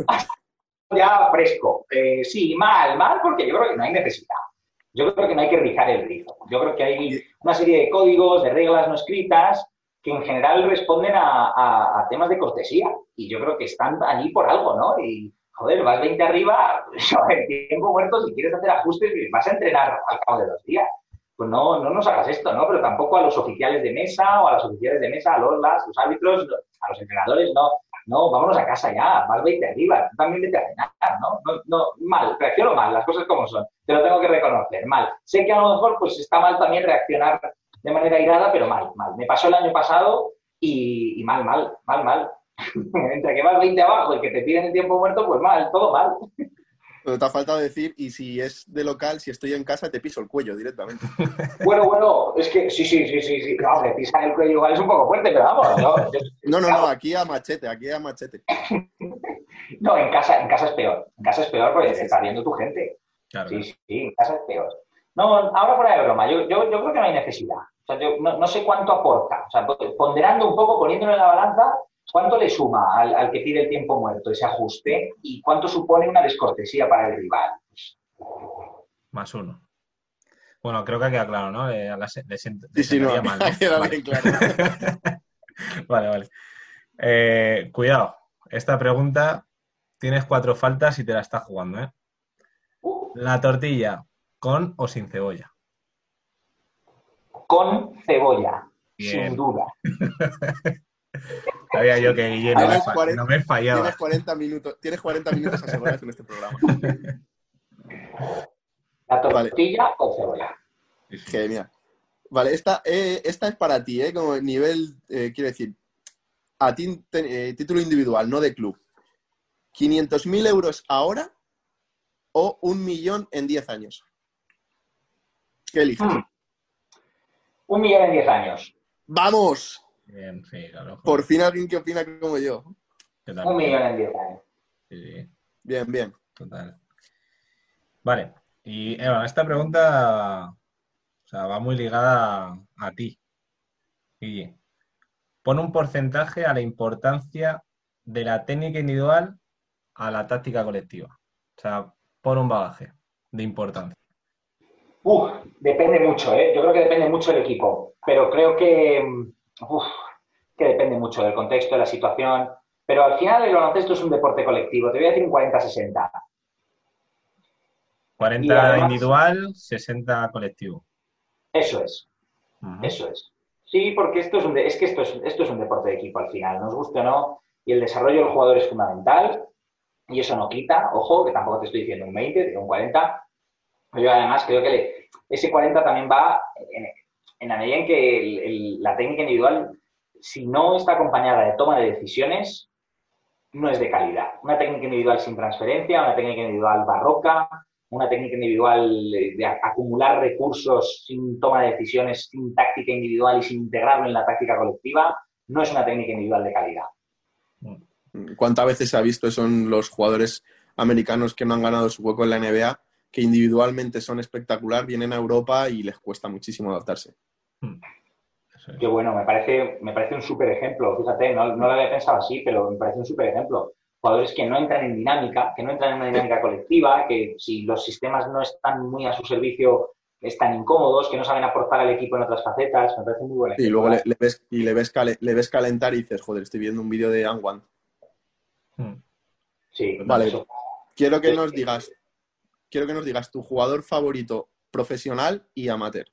ya fresco. Eh, sí, mal, mal, porque yo creo que no hay necesidad. Yo creo que no hay que rizar el rizo. Yo creo que hay una serie de códigos, de reglas no escritas, que en general responden a, a, a temas de cortesía. Y yo creo que están allí por algo, ¿no? Y, joder, vas veinte arriba, en tiempo muerto, si quieres hacer ajustes, vas a entrenar al cabo de dos días. Pues no, no nos hagas esto, ¿no? Pero tampoco a los oficiales de mesa o a las oficiales de mesa, a los, las, los árbitros, a los entrenadores, no. No, vámonos a casa ya, vas veinte arriba, tú también vete a cenar, ¿no? No, no, mal, reacciono mal, las cosas como son. Te lo tengo que reconocer, mal. Sé que a lo mejor pues está mal también reaccionar de manera irada, pero mal, mal. Me pasó el año pasado y, y mal, mal, mal, mal. Entre que vas veinte abajo y que te piden el tiempo muerto, pues mal, todo mal. Pero te ha faltado decir, y si es de local, si estoy en casa, te piso el cuello directamente. Bueno, bueno, es que sí, sí, sí, sí, sí. No, me pisan el cuello igual es un poco fuerte, pero vamos, ¿no? Yo- No, no, no, aquí a machete, aquí a machete. No, en casa, en casa es peor. En casa es peor porque te está viendo tu gente. Claro, Sí, claro. sí, sí, en casa es peor. No, ahora fuera de broma, yo, yo, yo creo que no hay necesidad. O sea, yo no, no sé cuánto aporta. O sea, ponderando un poco, poniéndolo en la balanza, ¿cuánto le suma al, al que pide el tiempo muerto ese ajuste? ¿Y cuánto supone una descortesía para el rival? Pues, Más uno. Bueno, creo que ha quedado claro, ¿no? Eh, a la se- le sent- Sí, le sí, no, sentaría mal, ¿no? ha quedado Vale. bien claro. Vale, vale. Eh, cuidado, esta pregunta tienes cuatro faltas y te la estás jugando, ¿eh? uh, La tortilla, ¿con o sin cebolla? con cebolla, Bien. sin duda. Sabía yo que Guille no me, Tienes fa- cuarenta no me fallaba. Tienes cuarenta minutos, tienes cuarenta minutos asegurados en este programa. La tortilla con cebolla. Sí, sí. Genial. Vale, esta, eh, esta es para ti, ¿eh? Como nivel, eh, quiero decir, a ti, te- eh, título individual, no de club. ¿quinientos mil euros ahora o un millón en diez años? ¿Qué eliges? Hmm. Un millón en diez años. ¡Vamos! Bien, sí, claro. Por fin alguien que opina como yo. Yo también. Un millón en diez años. Sí, sí, Bien, bien. total. Vale, y Eva, esta pregunta, o sea, va muy ligada a, a ti, Guille. Pon un porcentaje a la importancia de la técnica individual a la táctica colectiva. O sea, pon un bagaje de importancia. Uf, depende mucho, ¿eh? Yo creo que depende mucho del equipo, pero creo que, uf, que depende mucho del contexto, de la situación. Pero al final el baloncesto es un deporte colectivo. Te voy a decir un cuarenta sesenta. cuarenta además, individual, sesenta colectivo. Eso es. Uh-huh. Eso es. Sí, porque esto es, un de, es que esto es, esto es un deporte de equipo al final, nos guste o no, y el desarrollo del jugador es fundamental, y eso no quita, ojo, que tampoco te estoy diciendo un veinte, te un cuarenta. Yo además creo que le, ese cuarenta también va en, en la medida en que el, el, la técnica individual, si no está acompañada de toma de decisiones, no es de calidad. Una técnica individual sin transferencia, una técnica individual barroca, una técnica individual de acumular recursos sin toma de decisiones, sin táctica individual y sin integrarlo en la táctica colectiva, no es una técnica individual de calidad. ¿Cuántas veces se ha visto eso en los jugadores americanos que no han ganado su hueco en la N B A, que individualmente son espectacular, vienen a Europa y les cuesta muchísimo adaptarse? Qué bueno, me parece, me parece un súper ejemplo. Fíjate, no, no lo había pensado así, pero me parece un súper ejemplo. Jugadores que no entran en dinámica, que no entran en una dinámica colectiva, que si los sistemas no están muy a su servicio, están incómodos, que no saben aportar al equipo en otras facetas. Me parece muy bueno. Y luego le, le ves, y le ves, cale, le ves calentar y dices, joder, estoy viendo un vídeo de Anwan. Sí. Vale, eso. quiero que nos digas, quiero que nos digas tu jugador favorito profesional y amateur.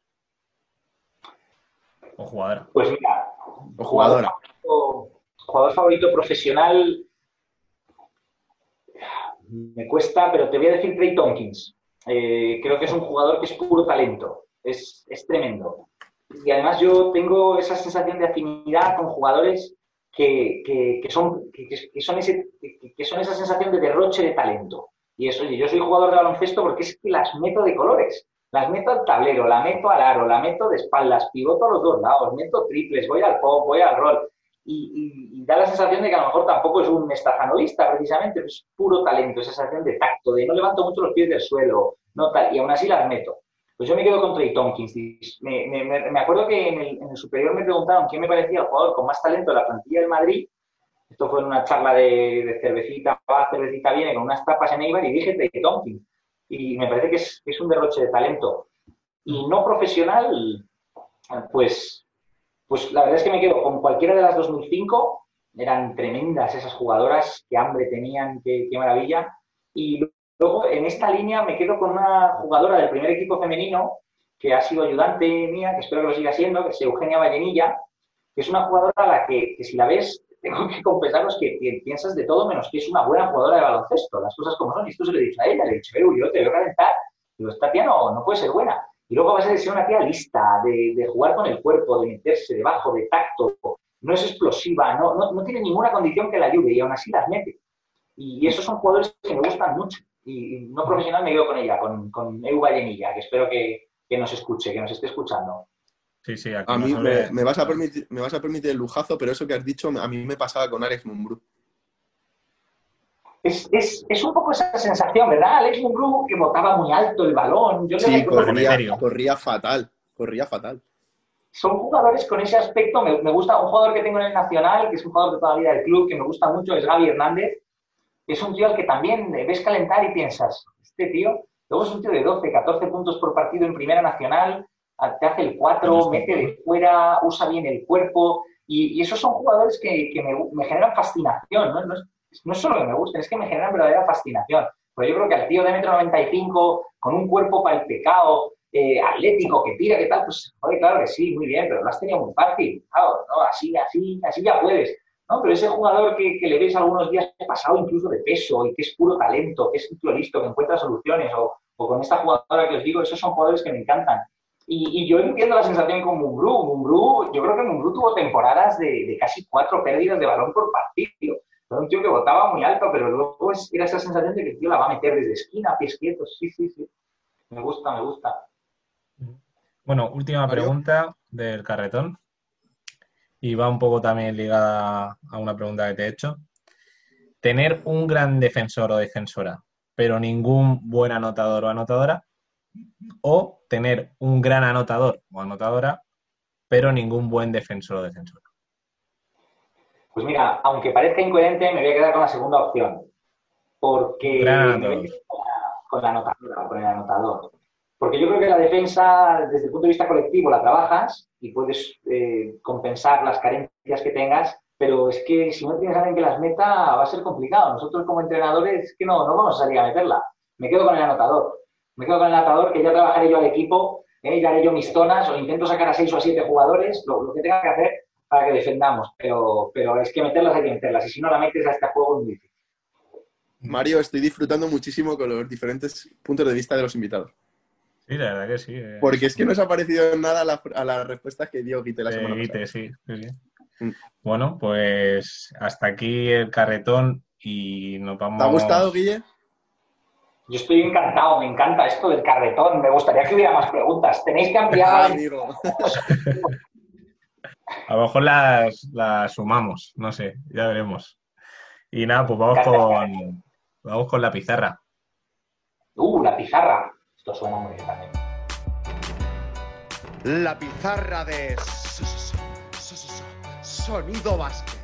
O jugadora. Pues mira, o jugadora. Jugador favorito, jugador favorito profesional... Me cuesta, pero te voy a decir Trey Tompkins. Eh, creo que es un jugador que es puro talento. Es, es tremendo. Y además yo tengo esa sensación de afinidad con jugadores que, que, que, son, que, que, son ese, que, que son esa sensación de derroche de talento. Y eso, oye, yo soy jugador de baloncesto porque es que las meto de colores. Las meto al tablero, la meto al aro, la meto de espaldas, pivoto a los dos lados, meto triples, voy al pop, voy al roll. Y, y, y da la sensación de que a lo mejor tampoco es un estafanolista, precisamente, es puro talento, esa sensación de tacto, de no levanto mucho los pies del suelo, no tal, y aún así las meto. Pues yo me quedo con Trey Tompkins. Me, me, me acuerdo que en el, en el superior me preguntaron quién me parecía el jugador con más talento de la plantilla del Madrid. Esto fue en una charla de, de cervecita, va, cervecita viene, con unas tapas en Eibar, y dije Trey Tompkins. Y me parece que es, que es un derroche de talento. Y no profesional, pues... Pues la verdad es que me quedo con cualquiera de las dos mil cinco, eran tremendas esas jugadoras, qué hambre tenían, qué, qué maravilla. Y luego en esta línea me quedo con una jugadora del primer equipo femenino, que ha sido ayudante mía, que espero que lo siga siendo, que es Eugenia Vallenilla, que es una jugadora a la que, que si la ves, tengo que confesaros que, que piensas de todo menos que es una buena jugadora de baloncesto, las cosas como son. Y esto se lo he dicho a ella, le he dicho, yo te veo calentar, digo, esta tía no, no puede ser buena. Y luego va a ser una tía lista, de, de jugar con el cuerpo, de meterse debajo, de tacto. No es explosiva, no, no, no tiene ninguna condición que la ayude y aún así las mete. Y esos son jugadores que me gustan mucho. Y no profesional me quedo con ella, con, con Eu Vallenilla, que espero que, que nos escuche, que nos esté escuchando. Sí, sí, aquí a mí no me, me, vas a permitir, me vas a permitir el lujazo, pero eso que has dicho a mí me pasaba con Alex Mumbrú. Es, es, es un poco esa sensación, ¿verdad? Alex Mumbrú, que botaba muy alto el balón. Yo sí, corría, corría fatal, corría fatal. Son jugadores con ese aspecto. Me, me gusta un jugador que tengo en el Nacional, que es un jugador de toda la vida del club, que me gusta mucho, es Gaby Hernández. Es un tío al que también ves calentar y piensas, este tío, luego es un tío de doce, catorce puntos por partido en Primera Nacional, te hace el cuatro, mete de fuera, usa bien el cuerpo, y, y esos son jugadores que, que me, me generan fascinación, ¿no? No es, no es solo que me gusten, es que me generan verdadera fascinación. Pero yo creo que al tío de metro noventa y cinco, con un cuerpo para el pecado, eh, atlético, que tira, que tal, pues, joder, claro que sí, muy bien, pero lo has tenido muy fácil, claro, ¿no? Así, así, así ya puedes, ¿no? Pero ese jugador que, que le ves algunos días pasado incluso de peso y que es puro talento, que es un tío listo, que encuentra soluciones, o, o con esta jugadora que os digo, esos son jugadores que me encantan. Y, y yo entiendo la sensación con Mumbrú. Mumbrú, yo creo que Mumbrú tuvo temporadas de, de casi cuatro pérdidas de balón por partido. Era un tío que botaba muy alto, pero luego era esa sensación de que el tío la va a meter desde esquina, pies quietos. Sí, sí, sí. Me gusta, me gusta. Bueno, última pregunta del carretón. Y va un poco también ligada a una pregunta que te he hecho. Tener un gran defensor o defensora, pero ningún buen anotador o anotadora. O tener un gran anotador o anotadora, pero ningún buen defensor o defensora. Pues mira, aunque parezca incoherente, me voy a quedar con la segunda opción. Porque me voy a quedar con la, con la anotadora, con el anotador. Porque yo creo que la defensa, desde el punto de vista colectivo, la trabajas y puedes eh, compensar las carencias que tengas, pero es que si no tienes a alguien que las meta va a ser complicado. Nosotros como entrenadores es que no, no vamos a salir a meterla. Me quedo con el anotador. Me quedo con el anotador, que ya trabajaré yo al equipo, ¿eh? Ya haré yo mis zonas, o intento sacar a seis o a siete jugadores, lo, lo que tenga que hacer para que defendamos. Pero, pero es que meterlas hay que meterlas. Y si no la metes a este juego es muy difícil. Mario, estoy disfrutando muchísimo con los diferentes puntos de vista de los invitados. Sí, la verdad que sí. Eh. Porque es que no se ha parecido nada a, la, a las respuestas que dio Guite la Eh, semana Guite, pasada. sí, sí, sí. Mm. Bueno, pues hasta aquí el carretón y nos vamos... ¿Te ha gustado, Guille? Yo estoy encantado, me encanta esto del carretón. Me gustaría que hubiera más preguntas. Tenéis que ampliar... Ah, amigo. A lo mejor las, las sumamos, no sé, ya veremos. Y nada, pues vamos con, vamos con la pizarra. Uh, la pizarra. Esto suena muy bien también. La pizarra de Sonido Básquet.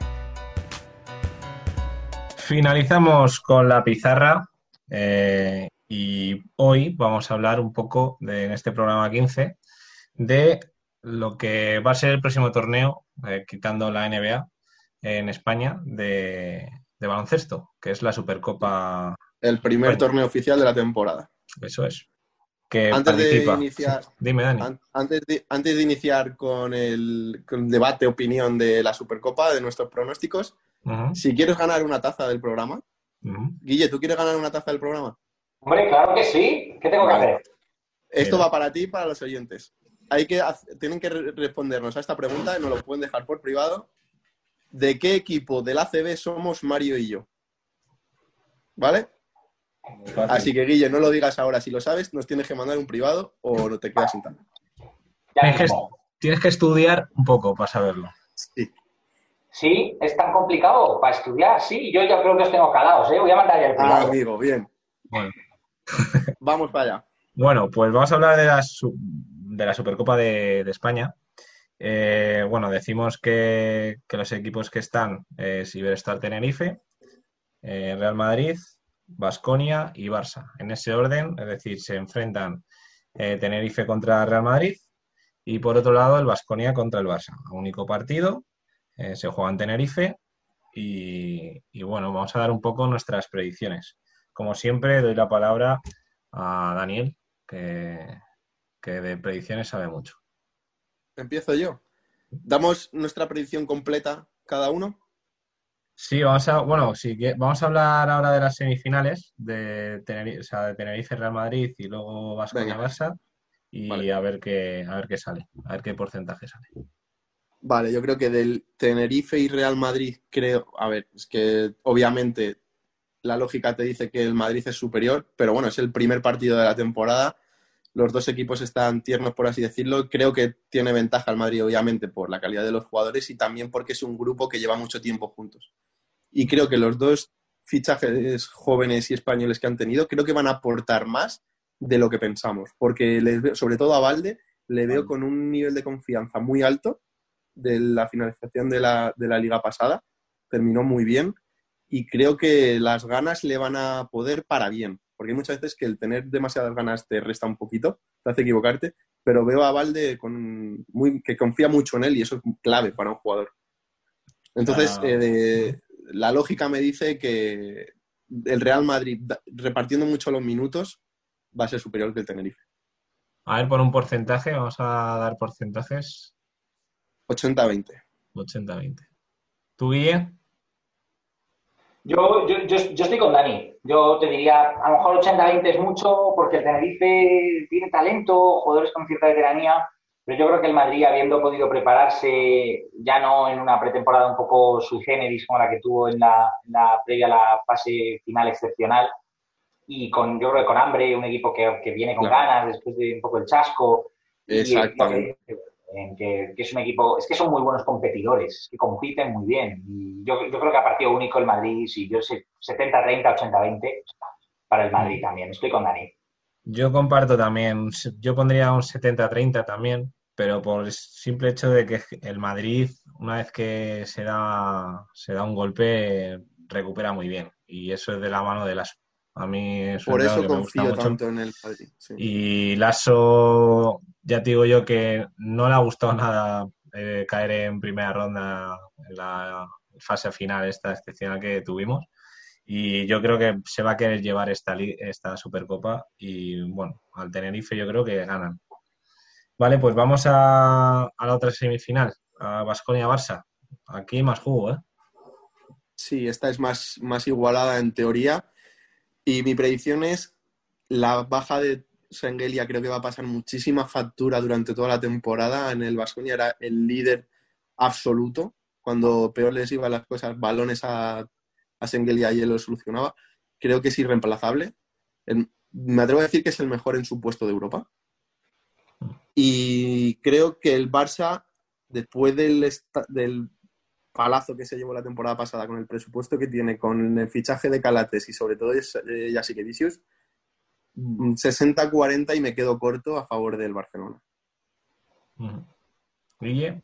Finalizamos con la pizarra eh, y hoy vamos a hablar un poco de, en este programa quince de lo que va a ser el próximo torneo, eh, quitando la N B A en España, de, de baloncesto, que es la Supercopa. El primer bueno, torneo oficial de la temporada. Eso es. Que antes participa. de iniciar, Dime, Dani. An antes, de, antes de iniciar con el, con el debate, opinión de la Supercopa, de nuestros pronósticos, uh-huh. si quieres ganar una taza del programa, uh-huh. Guille, ¿tú quieres ganar una taza del programa? Hombre, claro que sí. ¿Qué tengo vale. que hacer? Esto Pero... va para ti y para los oyentes. Hay que, tienen que re respondernos a esta pregunta, y nos lo pueden dejar por privado. ¿De qué equipo del A C B somos Mario y yo? ¿Vale? Así que, Guille, no lo digas ahora. Si lo sabes, nos tienes que mandar un privado o no te quedas sin tal. Tienes que, tienes que estudiar un poco para saberlo. Sí. Sí, es tan complicado para estudiar. Sí, yo ya creo que os tengo calados, ¿eh? Voy a mandar ya el privado. Ah, amigo, bien. Bueno. Vamos para allá. Bueno, pues vamos a hablar de la, de la Supercopa de, de España. Eh, bueno, decimos que, que los equipos que están es Iberostar Tenerife, eh, Real Madrid, Baskonia y Barça. En ese orden, es decir, se enfrentan eh, Tenerife contra Real Madrid y por otro lado el Baskonia contra el Barça. Único partido, eh, se juega en Tenerife y, y bueno, vamos a dar un poco nuestras predicciones. Como siempre, doy la palabra a Daniel, que, que de predicciones sabe mucho. Empiezo yo. ¿Damos nuestra predicción completa cada uno? Sí, vamos a, bueno, sí, vamos a hablar ahora de las semifinales de Tenerife, o sea, de Tenerife Real Madrid y luego Baskonia Barça y vale. a ver qué, a ver qué sale, a ver qué porcentaje sale. Vale, yo creo que del Tenerife y Real Madrid creo, a ver, es que obviamente la lógica te dice que el Madrid es superior, pero bueno, es el primer partido de la temporada. Los dos equipos están tiernos, por así decirlo. Creo que tiene ventaja el Madrid, obviamente, por la calidad de los jugadores y también porque es un grupo que lleva mucho tiempo juntos. Y creo que los dos fichajes jóvenes y españoles que han tenido, creo que van a aportar más de lo que pensamos. Porque les veo, sobre todo a Valde, le veo con un nivel de confianza muy alto de la finalización de la, de la liga pasada. Terminó muy bien y creo que las ganas le van a poder para bien. Porque hay muchas veces que el tener demasiadas ganas te resta un poquito, te hace equivocarte, pero veo a Valde con muy, que confía mucho en él y eso es clave para un jugador. Entonces, ah. eh, de, la lógica me dice que el Real Madrid, repartiendo mucho los minutos, va a ser superior que el Tenerife. A ver, por un porcentaje, vamos a dar porcentajes. ochenta a veinte. ochenta a veinte. ¿Tú, Guille? Yo, yo, yo, yo estoy con Dani. Yo te diría, a lo mejor ochenta a veinte es mucho porque el Tenerife tiene talento, jugadores con cierta veteranía, pero yo creo que el Madrid, habiendo podido prepararse ya no en una pretemporada un poco sui generis como la que tuvo en la, en la previa a la fase final excepcional, y con, yo creo que con hambre, un equipo que, que viene con claro. ganas después de un poco el chasco. Exactamente. Y, Que, que es un equipo, es que son muy buenos competidores, que compiten muy bien. Y yo, yo creo que a partido único el Madrid, sí, yo sé setenta treinta, ochenta veinte para el Madrid también. Estoy con Dani. Yo comparto también, yo pondría un setenta treinta también, pero por el simple hecho de que el Madrid, una vez que se da, se da un golpe, recupera muy bien. Y eso es de la mano de Lasso. A mí es Por eso confío tanto en el Madrid. Sí. Y Lasso, ya te digo yo que no le ha gustado nada eh, caer en primera ronda en la, fase final esta excepcional que tuvimos. Y yo creo que se va a querer llevar esta, esta Supercopa y, bueno, al Tenerife yo creo que ganan. Vale, pues vamos a, a la otra semifinal, a Baskonia-Barça. Aquí más jugo, ¿eh? Sí, esta es más, más igualada en teoría. Y mi predicción es la baja de Şengeli. Creo que va a pasar muchísima factura durante toda la temporada. En el Baskonia era el líder absoluto. Cuando peor les iban las cosas, balones a, a Şengeli y él lo solucionaba. Creo que es irreemplazable. El, me atrevo a decir que es el mejor en su puesto de Europa. Y creo que el Barça, después del, del palazo que se llevó la temporada pasada con el presupuesto que tiene, con el fichaje de Calates y sobre todo eh, Jasikevičius, sesenta cuarenta y me quedo corto a favor del Barcelona. Guille.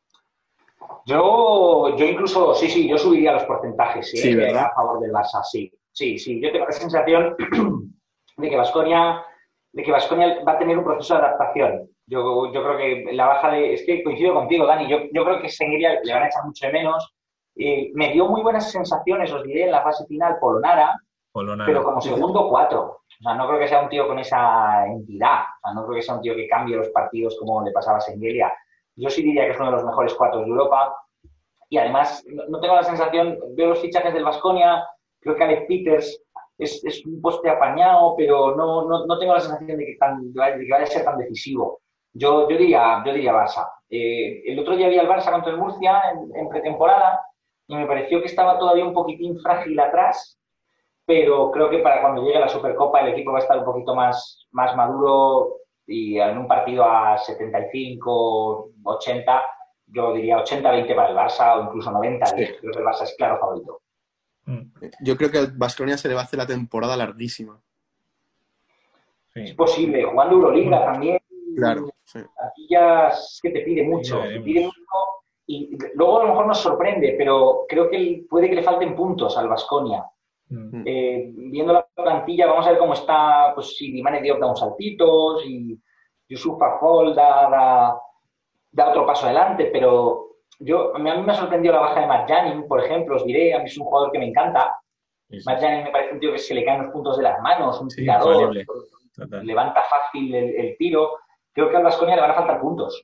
Yo, yo incluso, sí, sí, yo subiría los porcentajes, ¿sí? Sí, ¿verdad? A favor del Barça, sí. Sí, sí, yo tengo la sensación de que Baskonia, de que Baskonia va a tener un proceso de adaptación. Yo, yo creo que la baja de... Es que coincido contigo, Dani. Yo, yo creo que Şengeli le van a echar mucho de menos. Eh, me dio muy buenas sensaciones, os diré, en la fase final Polonara, Polonara. Pero como segundo cuatro. O sea, no creo que sea un tío con esa entidad. O sea, no creo que sea un tío que cambie los partidos como le pasaba a Şengeli. Yo sí diría que es uno de los mejores cuatro de Europa. Y además, no tengo la sensación... Veo los fichajes del Baskonia, creo que Alex Peters es, es un poste apañado, pero no, no, no tengo la sensación de que, tan, de que vaya a ser tan decisivo. Yo, yo, diría, yo diría Barça. Eh, el otro día vi al Barça contra el Murcia en, en pretemporada y me pareció que estaba todavía un poquitín frágil atrás, pero creo que para cuando llegue la Supercopa el equipo va a estar un poquito más, más maduro y en un partido a setenta y cinco, ochenta, yo diría ochenta veinte para el Barça o incluso noventa diez. Sí. Creo que el Barça es claro favorito. Yo creo que al Baskonia se le va a hacer la temporada larguísima. Sí. Es posible, jugando Euroliga también. Claro, sí. Aquí ya es que te pide mucho, te pide mucho y luego a lo mejor nos sorprende, pero creo que puede que le falten puntos al Baskonia. Mm. Eh, viendo la plantilla, vamos a ver cómo está, pues si Dimane Diop da un saltito, si Yusuf Afol da, da, da otro paso adelante, pero yo a mí me ha sorprendido la baja de Matt Janning, por ejemplo, os diré, a mí es un jugador que me encanta. Sí, sí. Matt Janning me parece un tío que se le caen los puntos de las manos, un sí, tirador, levanta fácil el, el tiro. Creo que al Baskonia le van a faltar puntos.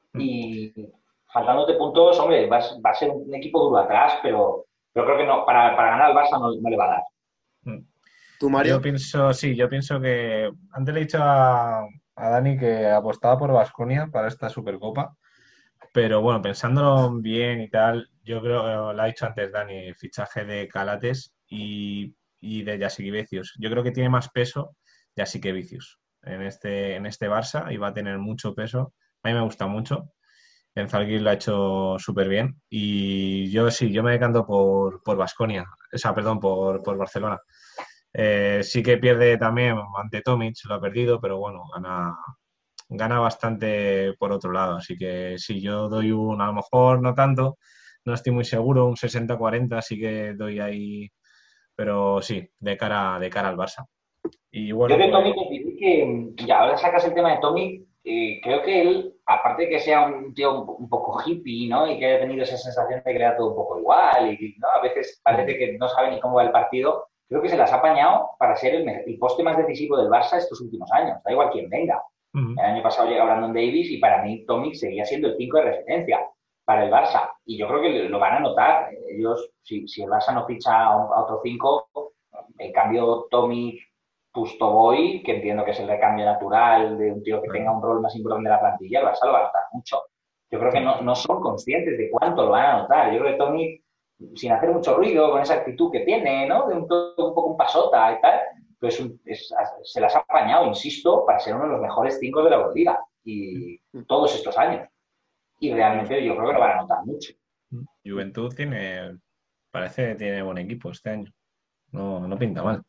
Y faltándote puntos, hombre, va, va a ser un equipo duro atrás, pero, pero creo que no, para, para ganar al Barça no, no le va a dar. ¿Tú, Mario? Yo pienso, sí, yo pienso que... Antes le he dicho a, a Dani que apostaba por Baskonia para esta Supercopa, pero bueno, pensándolo bien y tal, yo creo, lo ha dicho antes Dani, fichaje de Calates y, y de Jasikevičius. Yo creo que tiene más peso Jasikevičius en este, en este Barça y va a tener mucho peso. A mí me gusta mucho. En Zalgiris lo ha hecho súper bien. Y yo sí, yo me decanto por por Baskonia. O sea, perdón, por, por Barcelona. Eh, sí que pierde también ante Tomic, lo ha perdido, pero bueno, gana, gana bastante por otro lado. Así que sí, yo doy un, a lo mejor no tanto, no estoy muy seguro, un sesenta cuarenta, sí que doy ahí, pero sí, de cara, de cara al Barça. Y bueno, yo de Tomic te diré que, ya ahora sacas el tema de Tomic, eh, creo que él, aparte de que sea un tío un, un poco hippie, ¿no? Y que haya tenido esa sensación de que era todo un poco igual, y ¿no? A veces parece que no sabe ni cómo va el partido, creo que se las ha apañado para ser el, el poste más decisivo del Barça estos últimos años, da igual quién venga. Uh-huh. El año pasado llega Brandon Davis y para mí Tomic seguía siendo el cinco de referencia para el Barça, y yo creo que lo van a notar. Ellos, si, si el Barça no ficha a, un, a otro cinco, en cambio Tomic, Pustovoy, que entiendo que es el recambio natural de un tío que tenga un rol más importante en la plantilla, el Barça lo va a notar mucho. Yo creo que no, no son conscientes de cuánto lo van a notar. Yo creo que Tomic, sin hacer mucho ruido, con esa actitud que tiene, ¿no? De un, un poco un pasota y tal, pues es, se las ha apañado, insisto, para ser uno de los mejores cinco de la Euroliga y todos estos años. Y realmente yo creo que lo van a notar mucho. Juventud tiene, parece que tiene buen equipo este año. No, no pinta mal.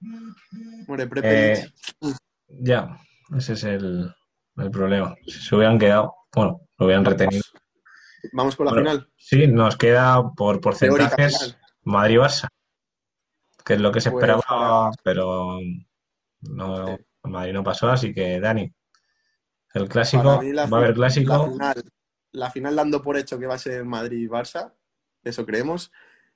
Eh, ya, ese es el, el problema. Si se hubieran quedado, bueno, lo hubieran retenido. Vamos por la bueno, final. Sí, nos queda por porcentajes Madrid-Barça, que es lo que se pues, esperaba, uh, pero no, sí. Madrid no pasó, así que Dani, el clásico, la, va a haber clásico. La final, la final dando por hecho que va a ser Madrid-Barça, eso creemos.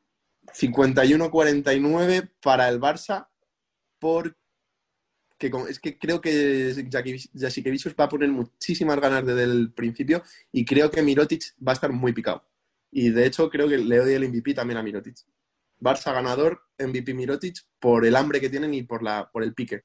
cincuenta y uno cuarenta y nueve para el Barça, porque es que creo que Jasikevičius va a poner muchísimas ganas desde el principio y creo que Mirotic va a estar muy picado. Y de hecho creo que le doy el M V P también a Mirotic. Barça ganador, M V P Mirotic, por el hambre que tienen y por, la, por el pique.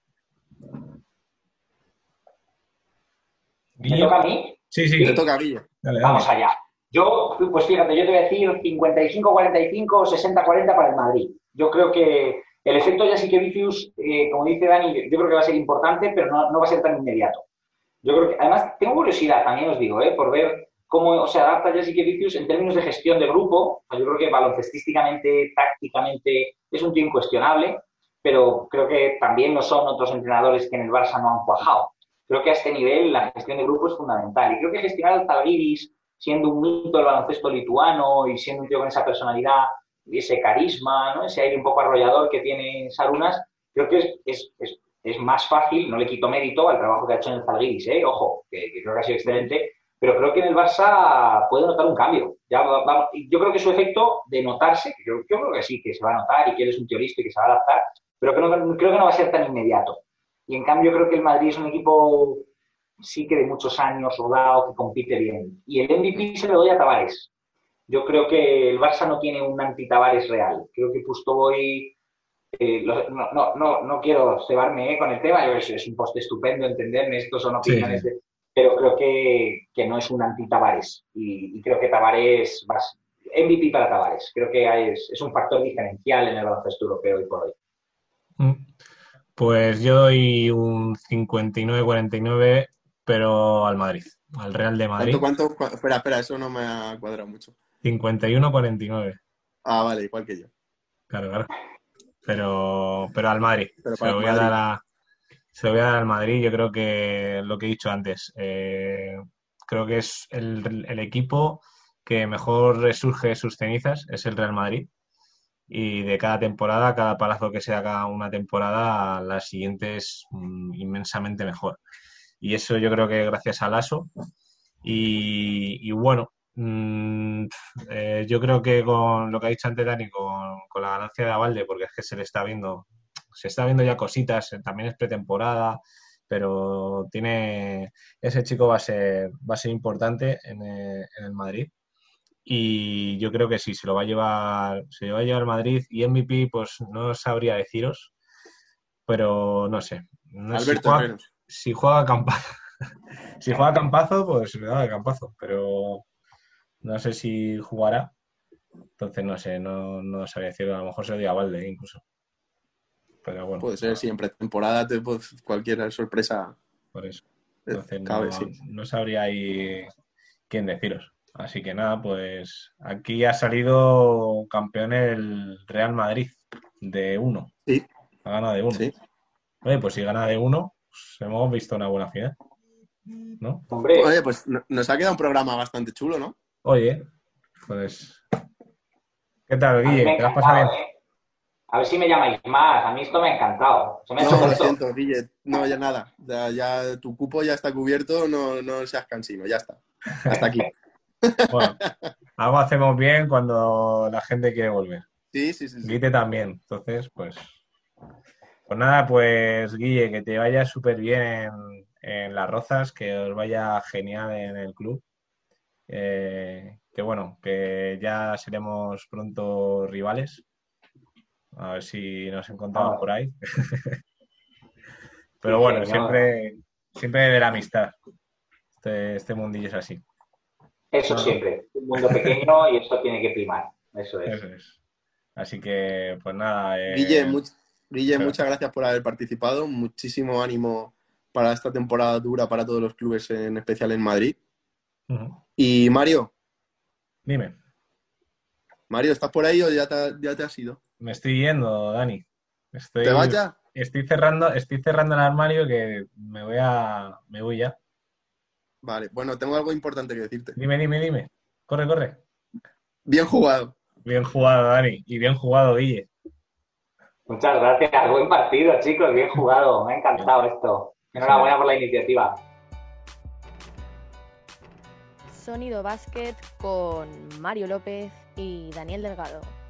¿Me toca a mí? Sí, sí. Te toca a Guille. Dale, dale. Vamos allá. Yo, pues fíjate, yo te voy a decir cincuenta y cinco cuarenta y cinco, sesenta cuarenta para el Madrid. Yo creo que el efecto Jasikevičius, eh, como dice Dani, yo creo que va a ser importante, pero no, no va a ser tan inmediato. Yo creo que, además, tengo curiosidad, también os digo, eh, por ver cómo se adapta Jasikevičius en términos de gestión de grupo. Yo creo que baloncestísticamente, tácticamente, es un tío incuestionable, pero creo que también no son otros entrenadores que en el Barça no han cuajado. Creo que a este nivel la gestión de grupo es fundamental. Y creo que gestionar al Zalgiris, siendo un mito del baloncesto lituano y siendo un tío con esa personalidad y ese carisma, ¿no? Ese aire un poco arrollador que tiene Sarunas, creo que es, es, es, es más fácil, no le quito mérito al trabajo que ha hecho en el Zalgiris, ¿eh? Ojo, que, que creo que ha sido excelente, pero creo que en el Barça puede notar un cambio. Ya va, va, yo creo que su efecto de notarse, yo, yo creo que sí, que se va a notar y que él es un tío listo y que se va a adaptar, pero creo, creo que no va a ser tan inmediato. Y en cambio creo que el Madrid es un equipo sí que de muchos años rodado, que compite bien. Y el M V P se lo doy a Tavares. Yo creo que el Barça no tiene un anti-Tavares real. Creo que Pustovoy, eh, no, no, no, no quiero cebarme eh, con el tema, yo, es, es un post estupendo, entenderme, estos son opiniones, sí, de, pero creo que, que no es un anti-Tavares. Y, y creo que Tavares, va, M V P para Tavares. Creo que es, es un factor diferencial en el baloncesto europeo hoy por hoy. Mm. Pues yo doy un cincuenta y nueve cuarenta y nueve, pero al Madrid, al Real de Madrid. ¿Cuánto, cuánto? Cu- espera, espera, eso no me ha cuadrado mucho. cincuenta y uno cuarenta y nueve. Ah, vale, igual que yo. Claro, claro. Pero, pero al Madrid. Pero se, lo voy Madrid. A dar a, se lo voy a dar al Madrid. Yo creo que lo que he dicho antes, eh, creo que es el, el equipo que mejor resurge de sus cenizas, es el Real Madrid. Y de cada temporada, cada palazo que sea cada una temporada, la siguiente es mm, inmensamente mejor. Y eso yo creo que gracias a Lasso. Y, y bueno, mmm, eh, yo creo que con lo que ha dicho antes Dani, con, con la ganancia de Avalde, porque es que se le está viendo, se está viendo ya cositas, también es pretemporada, pero tiene, ese chico va a ser, va a ser importante en el, en el Madrid. Y yo creo que sí, se lo va a llevar, se lo va a llevar Madrid. Y M V P, pues no sabría deciros, pero no sé. No sé Alberto si juega, Herreros. si juega Campazo, si juega Campazo, pues me da de Campazo, pero no sé si jugará. Entonces no sé, no, no sabría decirlo. A lo mejor se lo dio a Valde incluso. Pero bueno. Puede ser, siempre temporada, te, pues, cualquier sorpresa. Por eso. Entonces no, cabe, sí. no sabría ahí quién deciros. Así que nada, pues aquí ha salido campeón el Real Madrid de uno. Sí. Ha ganado de uno. Sí. Oye, pues si gana de uno, pues hemos visto una buena final, ¿no? Hombre, Oye, pues nos ha quedado un programa bastante chulo, ¿no? Oye, pues... ¿Qué tal, a mí Guille? me ha ¿Te lo has pasado encantado, bien? ¿eh? A ver si me llamáis más. A mí esto me ha encantado. Se me ha hecho No, lo corto. siento, Guille. No, ya nada. Ya, ya tu cupo ya está cubierto, no, no seas cansino, ya está. Hasta aquí. Bueno, algo hacemos bien cuando la gente quiere volver. Sí, sí, sí. sí. Guille también. Entonces, pues... Pues nada, pues Guille, que te vaya súper bien en, en Las Rozas, que os vaya genial en el club. Eh, que bueno, que ya seremos pronto rivales. A ver si nos encontramos Ah. por ahí. Pero Sí, bueno, señor. siempre, siempre de la amistad. Este, este mundillo es así. Eso No. siempre. Un mundo pequeño y esto tiene que primar. Eso es. Eso es. Así que, pues nada. eh, Guille, much- Guille, claro. muchas gracias por haber participado. Muchísimo ánimo para esta temporada dura para todos los clubes, en especial en Madrid. Ujú. Y Mario, Dime, Mario, ¿estás por ahí o ya te, ya te has ido? me estoy yendo, Dani. Estoy, ¿Te vas ya? Estoy cerrando, estoy cerrando el armario que me voy a, me voy ya. Vale, bueno, tengo algo importante que decirte. Dime, dime, dime. Corre, corre. Bien jugado. Bien jugado, Dani. Y bien jugado, Guille. Muchas gracias. Buen partido, chicos. Bien jugado. Me ha encantado esto. Enhorabuena por la iniciativa. Sonido Básquet con Mario López y Daniel Delgado.